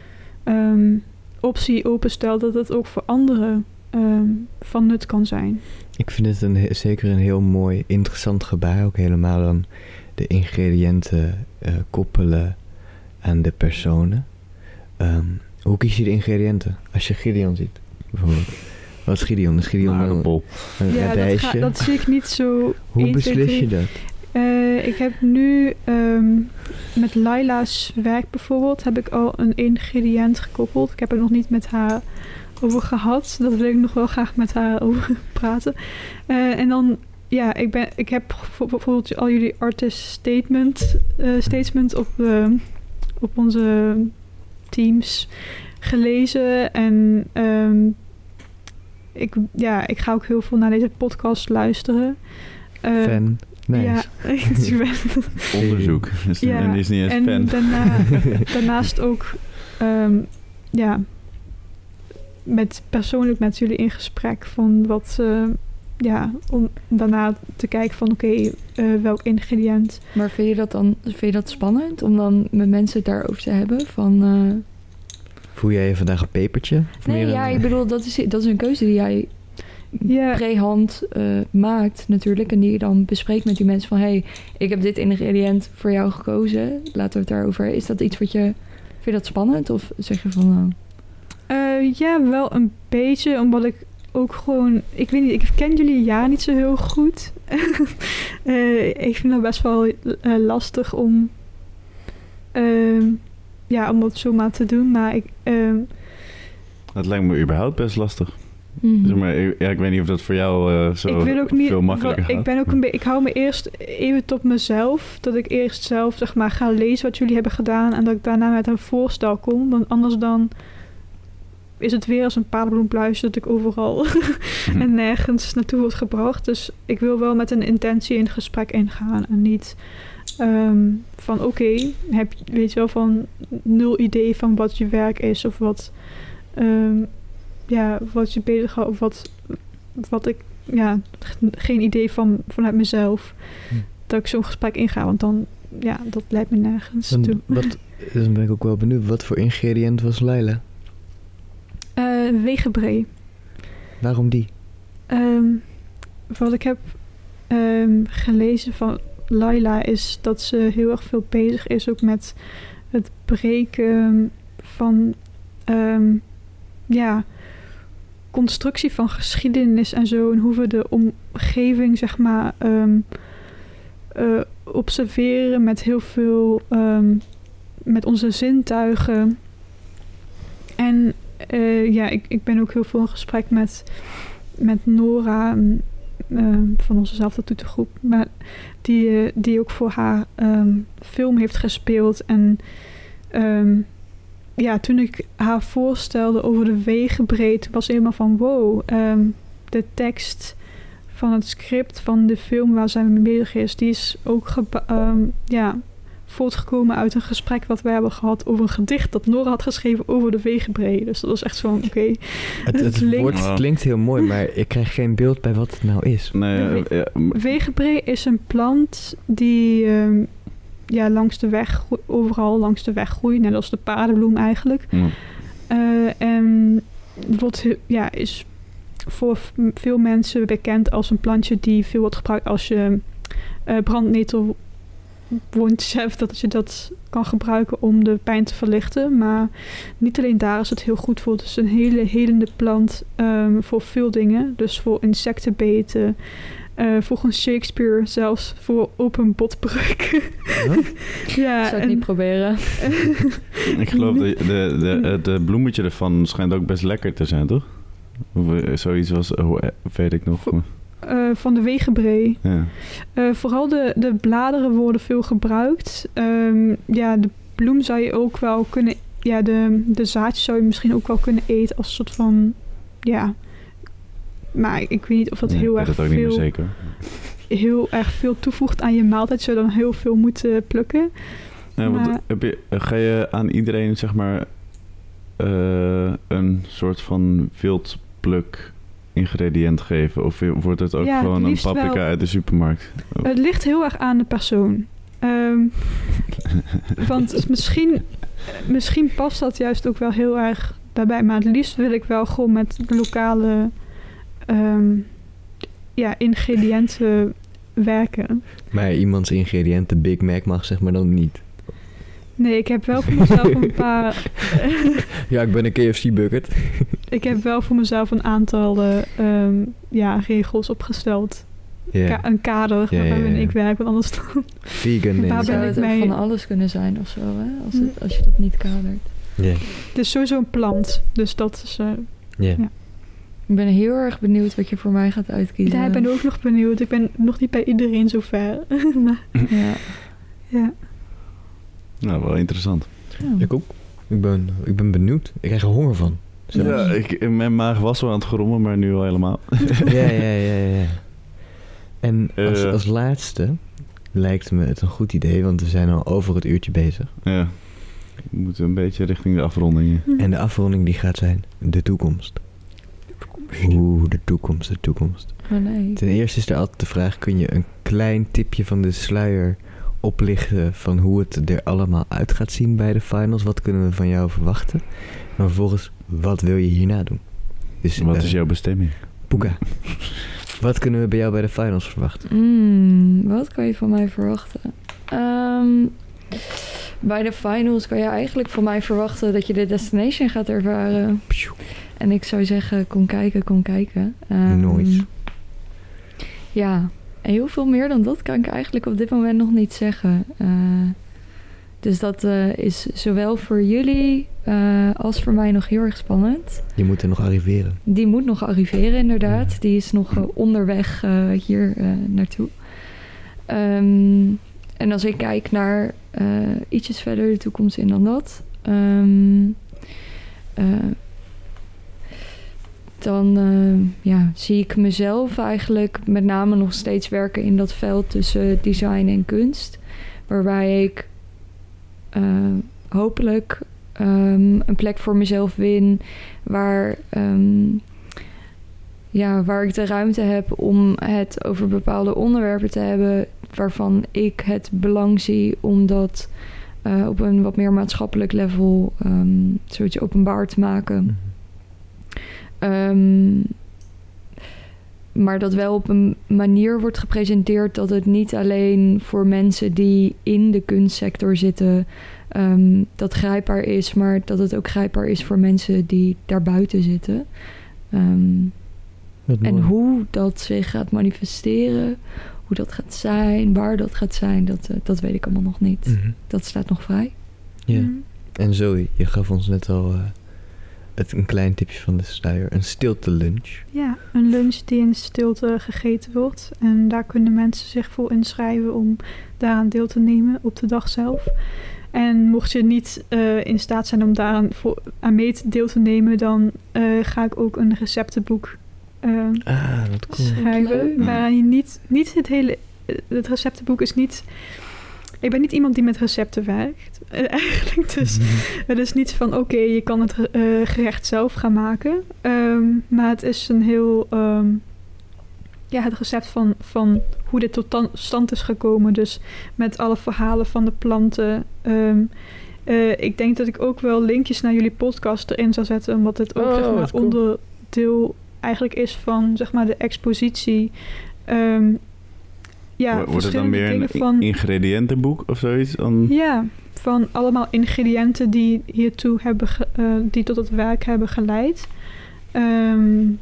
um, optie openstel dat het ook voor anderen um, van nut kan zijn. Ik vind het een, zeker een heel mooi, interessant gebaar. Ook helemaal dan de ingrediënten uh, koppelen aan de personen. Um, hoe kies je de ingrediënten als je Gideon ziet? Bijvoorbeeld. Wat is Gideon? Is Gideon een aardappel. Een, een Ja, dat, radijsje? ga, dat zie ik niet zo... Hoe één, beslis twee, je dat? Uh, ik heb nu um, met Laila's werk bijvoorbeeld... heb ik al een ingrediënt gekoppeld. Ik heb er nog niet met haar over gehad. Dat wil ik nog wel graag met haar over praten. Uh, en dan... Ja, ik, ben, ik heb bijvoorbeeld al jullie artist statement, uh, statement op, uh, op onze teams gelezen. En um, ik, ja, ik ga ook heel veel naar deze podcast luisteren. Uh, Fan. Nice. Ja, Onderzoek. Dus ja, en die is niet eens en fan. Daarna, daarnaast ook um, ja, met, persoonlijk met jullie in gesprek van wat... Uh, ja, om daarna te kijken van oké, okay, uh, welk ingrediënt. Maar vind je dat dan vind je dat spannend om dan met mensen het daarover te hebben? Van, uh... Voel jij je vandaag een pepertje? Of Nee, meer ja, een... ik bedoel, dat is, dat is een keuze die jij ja. pre-hand uh, maakt natuurlijk. En die je dan bespreekt met die mensen van... hé, hey, ik heb dit ingrediënt voor jou gekozen. Laten we het daarover. Is dat iets wat je... Vind je dat spannend? Of zeg je van... Nou... Uh, ja, wel een beetje, omdat ik ook gewoon... Ik weet niet, ik ken jullie jaar niet zo heel goed. uh, ik vind het best wel uh, lastig om... Uh, ja, om het zomaar te doen, maar ik... Uh, Dat lijkt me überhaupt best lastig. Mm-hmm. Zeg maar, ja, ik weet niet of dat voor jou uh, zo ik wil ook niet, veel makkelijker ik gaat. ben ook een beetje, ik hou me eerst even tot mezelf. Dat ik eerst zelf zeg maar ga lezen wat jullie hebben gedaan. En dat ik daarna met een voorstel kom. Want anders dan is het weer als een paardenbloempluisje dat ik overal en nergens naartoe word gebracht. Dus ik wil wel met een intentie in het gesprek ingaan. En niet um, van oké, okay, heb weet je wel van nul idee van wat je werk is. Of wat... Um, ja, wat je bezighoudt of wat, wat ik, ja, geen idee van vanuit mezelf hm. dat ik zo'n gesprek inga, want dan, ja, dat leidt me nergens Dan, toe. Wat, dan ben ik ook wel benieuwd, wat voor ingrediënt was Laila? Uh, wegenbree. Waarom die? Um, wat ik heb um, gelezen van Laila is dat ze heel erg veel bezig is ook met het breken van um, ja, constructie van geschiedenis en zo. En hoe we de omgeving, zeg maar, um, uh, observeren met heel veel, um, met onze zintuigen. En uh, ja, ik, ik ben ook heel veel in gesprek met, met Nora, uh, van onzezelfde toetergroep, maar die, uh, die ook voor haar um, film heeft gespeeld. En um, ja, toen ik haar voorstelde over de wegenbreed, was helemaal van wow, um, de tekst van het script van de film waar zij mee bezig is, die is ook geba- um, ja, voortgekomen uit een gesprek wat we hebben gehad over een gedicht dat Nora had geschreven over de wegenbreed. Dus dat was echt zo van, oké. Okay, het het linkt. woord Wow. klinkt heel mooi, maar ik krijg geen beeld bij wat het nou is. Nee, De uh, ja, m- Wegenbreed is een plant die um, ja, langs de weg, gro- overal langs de weg groeit, net als de paardenbloem eigenlijk. ja. Uh, en wordt, he- ja, is voor v- veel mensen bekend als een plantje die veel wordt gebruikt als je uh, brandnetel wondjes hebt, dat je dat kan gebruiken om de pijn te verlichten. Maar niet alleen daar is het heel goed voor. Het is een hele helende plant um, voor veel dingen. Dus voor insectenbeten, uh, volgens Shakespeare zelfs voor open botbreuken. Huh? Ja, Zou ik en- niet proberen. Ik geloof dat de, de, de, het bloemetje ervan schijnt ook best lekker te zijn, toch? Of uh, zoiets was, hoe, weet ik nog. Vo- Uh, van de wegenbree. Ja. Uh, vooral de, de bladeren worden veel gebruikt. Um, ja, de bloem zou je ook wel kunnen... Ja, de, de zaadjes zou je misschien ook wel kunnen eten als een soort van... Ja. Maar ik, ik weet niet of dat Ja, heel ik erg weet het ook niet meer veel... zeker. heel erg veel toevoegt aan je maaltijd. Je zou dan heel veel moeten plukken. Ja, want Maar- heb je, ga je aan iedereen, zeg maar, uh, een soort van wildpluk ingrediënt geven? Of wordt het ook Ja, gewoon een liefst paprika wel. uit de supermarkt? Oh. Het ligt heel erg aan de persoon. Um, want misschien, misschien past dat juist ook wel heel erg daarbij. Maar het liefst wil ik wel gewoon met lokale um, ja, ingrediënten werken. Maar iemands ingrediënten Big Mac mag zeg maar dan niet. Nee, ik heb wel voor mezelf een paar... Ja, ik ben een K F C-bucket. ik heb wel voor mezelf een aantal uh, um, ja, regels opgesteld. Ja, Ka- een kader Ja, ja, waarin ja. ik werk. Want anders dan... vegan. Waar en ben zo. Zou ik het ook mee- van alles kunnen zijn of zo, hè? Als, het, als je dat niet kadert. Ja, Het is sowieso een plant. Dus dat is... Uh, ja. Ja. Ik ben heel erg benieuwd wat je voor mij gaat uitkiezen. ja, ik ben ook nog benieuwd. Ik ben nog niet bij iedereen zover. maar, Ja. ja. Nou, wel interessant. Ja. Ik ook. Ik ben, ik ben benieuwd. Ik krijg er honger van. Zelfs. Ja, ik, mijn maag was wel aan het grommen, maar nu al helemaal. ja, ja, ja, ja. En als, Eh. als laatste lijkt me het een goed idee, want we zijn al over het uurtje bezig. Ja. We moeten een beetje richting de afronding. En de afronding die gaat zijn de toekomst. Oeh, de toekomst, de toekomst. Oh nee. Ten eerste is er altijd de vraag, kun je een klein tipje van de sluier oplichten van hoe het er allemaal uit gaat zien bij de finals? Wat kunnen we van jou verwachten? Maar vervolgens, wat wil je hierna doen? Dus, Wat eh, is jouw bestemming? Poeka, wat kunnen we bij jou bij de finals verwachten? Mm, wat kan je van mij verwachten? Ehm, bij de finals kan je eigenlijk van mij verwachten dat je de destination gaat ervaren. En ik zou zeggen, kom kijken, kom kijken. Ehm, Nooit. Ja, en heel veel meer dan dat kan ik eigenlijk op dit moment nog niet zeggen. Uh, dus dat uh, is zowel voor jullie uh, als voor mij nog heel erg spannend. Je moet er nog arriveren. Die moet nog arriveren inderdaad. Die is nog uh, onderweg uh, hier uh, naartoe. Um, en als ik kijk naar uh, ietsjes verder de toekomst in dan dat... Um, uh, dan uh, ja, zie ik mezelf eigenlijk met name nog steeds werken in dat veld tussen design en kunst. Waarbij ik uh, hopelijk um, een plek voor mezelf win waar, um, ja, waar ik de ruimte heb om het over bepaalde onderwerpen te hebben waarvan ik het belang zie om dat uh, op een wat meer maatschappelijk level um, zoiets openbaar te maken. Um, maar dat wel op een manier wordt gepresenteerd dat het niet alleen voor mensen die in de kunstsector zitten um, dat grijpbaar is, maar dat het ook grijpbaar is voor mensen die daarbuiten zitten. Um, Wat en mooi. hoe dat zich gaat manifesteren, hoe dat gaat zijn, waar dat gaat zijn, dat, uh, dat weet ik allemaal nog niet. Mhm. Dat staat nog vrij. Ja. Mhm. En Zoe, je gaf ons net al uh, het, een klein tipje van de sluier. Een stilte lunch. Ja, een lunch die in stilte gegeten wordt. En daar kunnen mensen zich voor inschrijven om daaraan deel te nemen op de dag zelf. En mocht je niet uh, in staat zijn om daaraan voor, aan mee te deel te nemen, dan uh, ga ik ook een receptenboek uh, Ah, wat cool. schrijven. Leuk. Waarin je niet, niet het hele... Het receptenboek is niet... Ik ben niet iemand die met recepten werkt, uh, eigenlijk. Dus het is niet van, oké, okay, je kan het uh, gerecht zelf gaan maken. Um, maar het is een heel... Um, ja, het recept van, van hoe dit tot tan- stand is gekomen. Dus met alle verhalen van de planten. Um, uh, ik denk dat ik ook wel linkjes naar jullie podcast erin zal zetten. Omdat het ook Oh, zeg maar, wat cool. onderdeel eigenlijk is van zeg maar, de expositie. Um, ja, Wordt het dan verschillende meer een dingen van... ingrediëntenboek of zoiets? Dan... Ja, van allemaal ingrediënten die hiertoe hebben, ge- uh, die tot het werk hebben geleid. Um,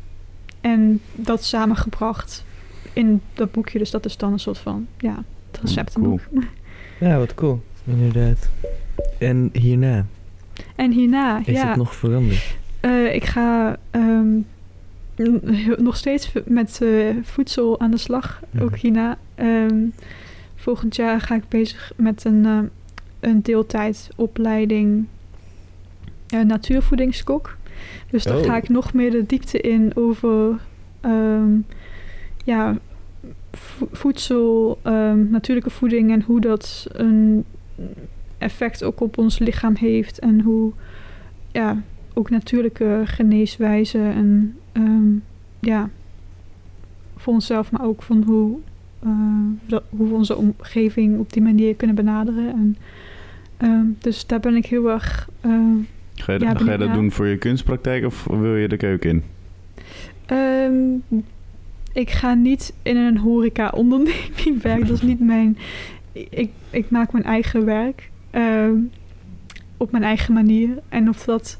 en dat samengebracht in dat boekje. Dus dat is dan een soort van, ja, het receptenboek. Ja, wat cool. Inderdaad. En hierna, En hierna, is ja, het nog veranderd? uh, ik ga um, n- heel- nog steeds v- met uh, voedsel aan de slag. Mhm. Ook hierna. Um, volgend jaar ga ik bezig met een, uh, een deeltijdopleiding uh, natuurvoedingskok. Dus daar Oh. ga ik nog meer de diepte in over um, ja, vo- voedsel, um, natuurlijke voeding en hoe dat een effect ook op ons lichaam heeft. En hoe ja, ook natuurlijke geneeswijzen en um, ja, voor onszelf, maar ook van hoe, uh, dat, hoe we onze omgeving op die manier kunnen benaderen. En, um, dus daar ben ik heel erg... Uh, Ga je, Ja, ga je ben- dat ja. doen voor je kunstpraktijk of wil je de keuken in? Um, ik ga niet in een horeca-onderneming werken. Dat is niet mijn... Ik, ik maak mijn eigen werk. Um, op mijn eigen manier. En of dat...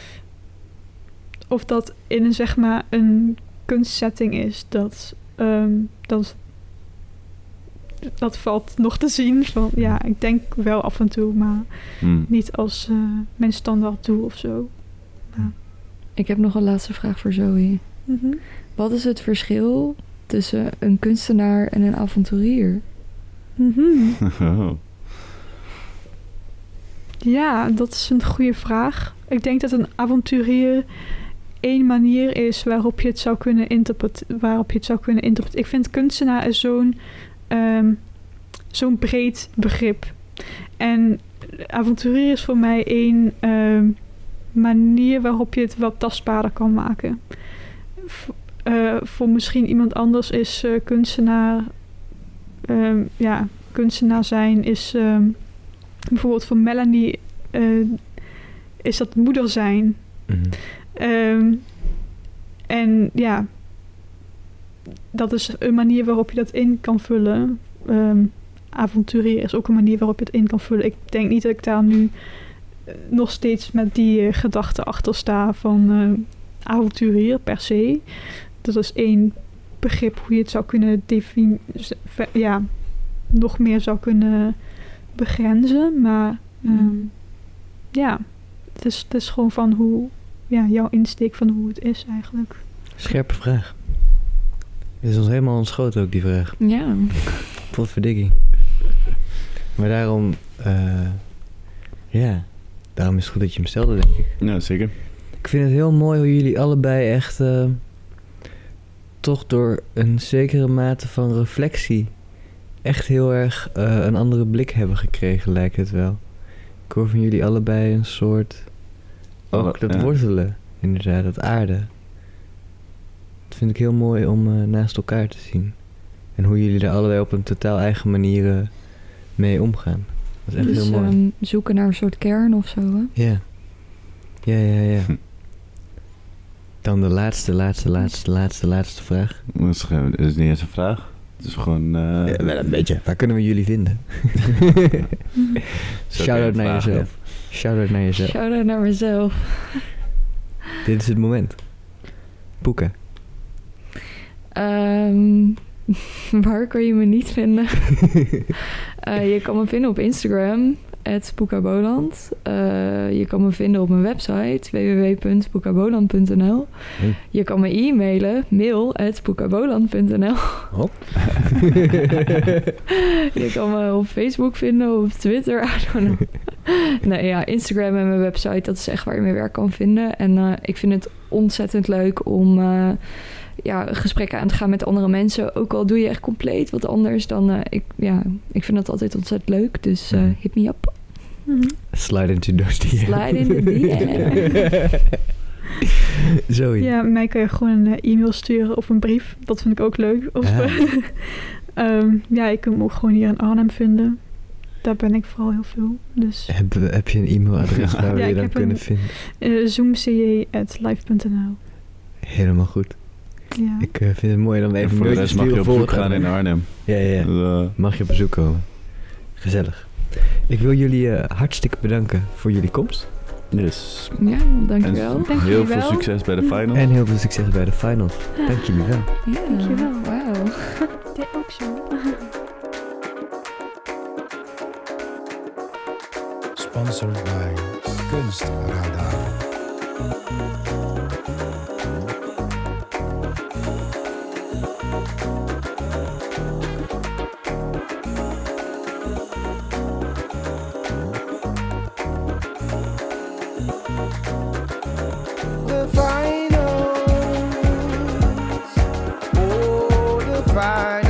Of dat in een, zeg maar, een kunstsetting is, dat... Um, dat dat valt nog te zien. Van, ja, ik denk wel af en toe, maar Hmm. niet als uh, mijn standaard doel of zo. Ik heb nog een laatste vraag voor Zoe. Mhm. Wat is het verschil tussen een kunstenaar en een avonturier? Mhm. Oh. Ja, dat is een goede vraag. Ik denk dat een avonturier één manier is waarop je het zou kunnen interpreteren. Waarop je het zou kunnen interpreteren. Ik vind kunstenaar is zo'n um, zo'n breed begrip. En avonturier is voor mij één um, manier waarop je het wat tastbaarder kan maken. V- uh, voor misschien iemand anders is uh, kunstenaar... Um, ja, kunstenaar zijn is... Um, bijvoorbeeld voor Melanie uh, is dat moeder zijn. Mhm. Um, en ja, dat is een manier waarop je dat in kan vullen. Um, avonturier is ook een manier waarop je het in kan vullen. Ik denk niet dat ik daar nu uh, nog steeds met die uh, gedachte achter sta van uh, avonturier per se. Dat is één begrip hoe je het zou kunnen definiëren. Ja, nog meer zou kunnen begrenzen. Maar um, ja, het is, het is gewoon van hoe... Ja, jouw insteek van hoe het is eigenlijk. Scherpe vraag. Dit is ons helemaal ontschoten ook, die vraag. Ja. Potverdikkie. Maar daarom... Uh, ja, daarom is het goed dat je hem stelde, denk ik. Ja, zeker. Ik vind het heel mooi hoe jullie allebei echt... Uh, toch door een zekere mate van reflectie... echt heel erg uh, een andere blik hebben gekregen, lijkt het wel. Ik hoor van jullie allebei een soort... Ook dat ja. wortelen, inderdaad, dat aarde. Dat vind ik heel mooi om uh, naast elkaar te zien. En hoe jullie er allebei op een totaal eigen manier uh, mee omgaan. Dat is echt Dus heel mooi. um, zoeken naar een soort kern of zo, hè? Ja. Ja, ja, ja. Hm. Dan de laatste, laatste, laatste, laatste, laatste vraag. Dat is, gewoon- dat is niet eens een vraag. Het is gewoon... eh, Ja, wel een beetje. Waar kunnen we jullie vinden? zo Shout-out kun je naar vragen, jezelf. Shout-out naar jezelf. Shout-out naar mezelf. Dit is het moment. Boeken. Ehm, waar kan je me niet vinden? Eh, je kan me vinden op Instagram, at boekaboland. Uh, je kan me vinden op mijn website, w w w punt boekaboland punt n l. Hey. Je kan me e-mailen, mail at boekaboland punt n l. Oh. Je kan me op Facebook vinden, op Twitter, I don't know. Nee, ja, Instagram en mijn website, dat is echt waar je mijn werk kan vinden. En uh, ik vind het ontzettend leuk om uh, ja, gesprekken aan te gaan met andere mensen. Ook al doe je echt compleet wat anders, dan uh, ik, ja, ik vind dat altijd ontzettend leuk. Dus uh, hit me up. Mhm. Slide into those D M's. Slide in de D M. Zoe. Ja, mij kan je gewoon een uh, e-mail sturen of een brief. Dat vind ik ook leuk. Of, Ah. um, ja, je kunt me ook gewoon hier in Arnhem vinden. Daar ben ik vooral heel veel. Dus Heb, heb je een e-mailadres waar we Ja, je ik dan heb kunnen een- vinden? uh, zoom c j at live punt n l. Helemaal goed. Ja. Ik uh, vind het mooi dan En even voor de rest mag je op zoek gaan in Arnhem. Ja, ja, ja. Dus, uh, Mag je op bezoek komen. Gezellig. Ik wil jullie uh, hartstikke bedanken voor jullie komst. yes. Ja, En dankjewel. Dank heel jullie veel wel. succes bij de final. En heel veel succes bij de finals. Dank jullie wel. Ja, Dankjewel. wauw. Dit ook zo. Sponsored by Kunstradar. The finals. Oh, the finals.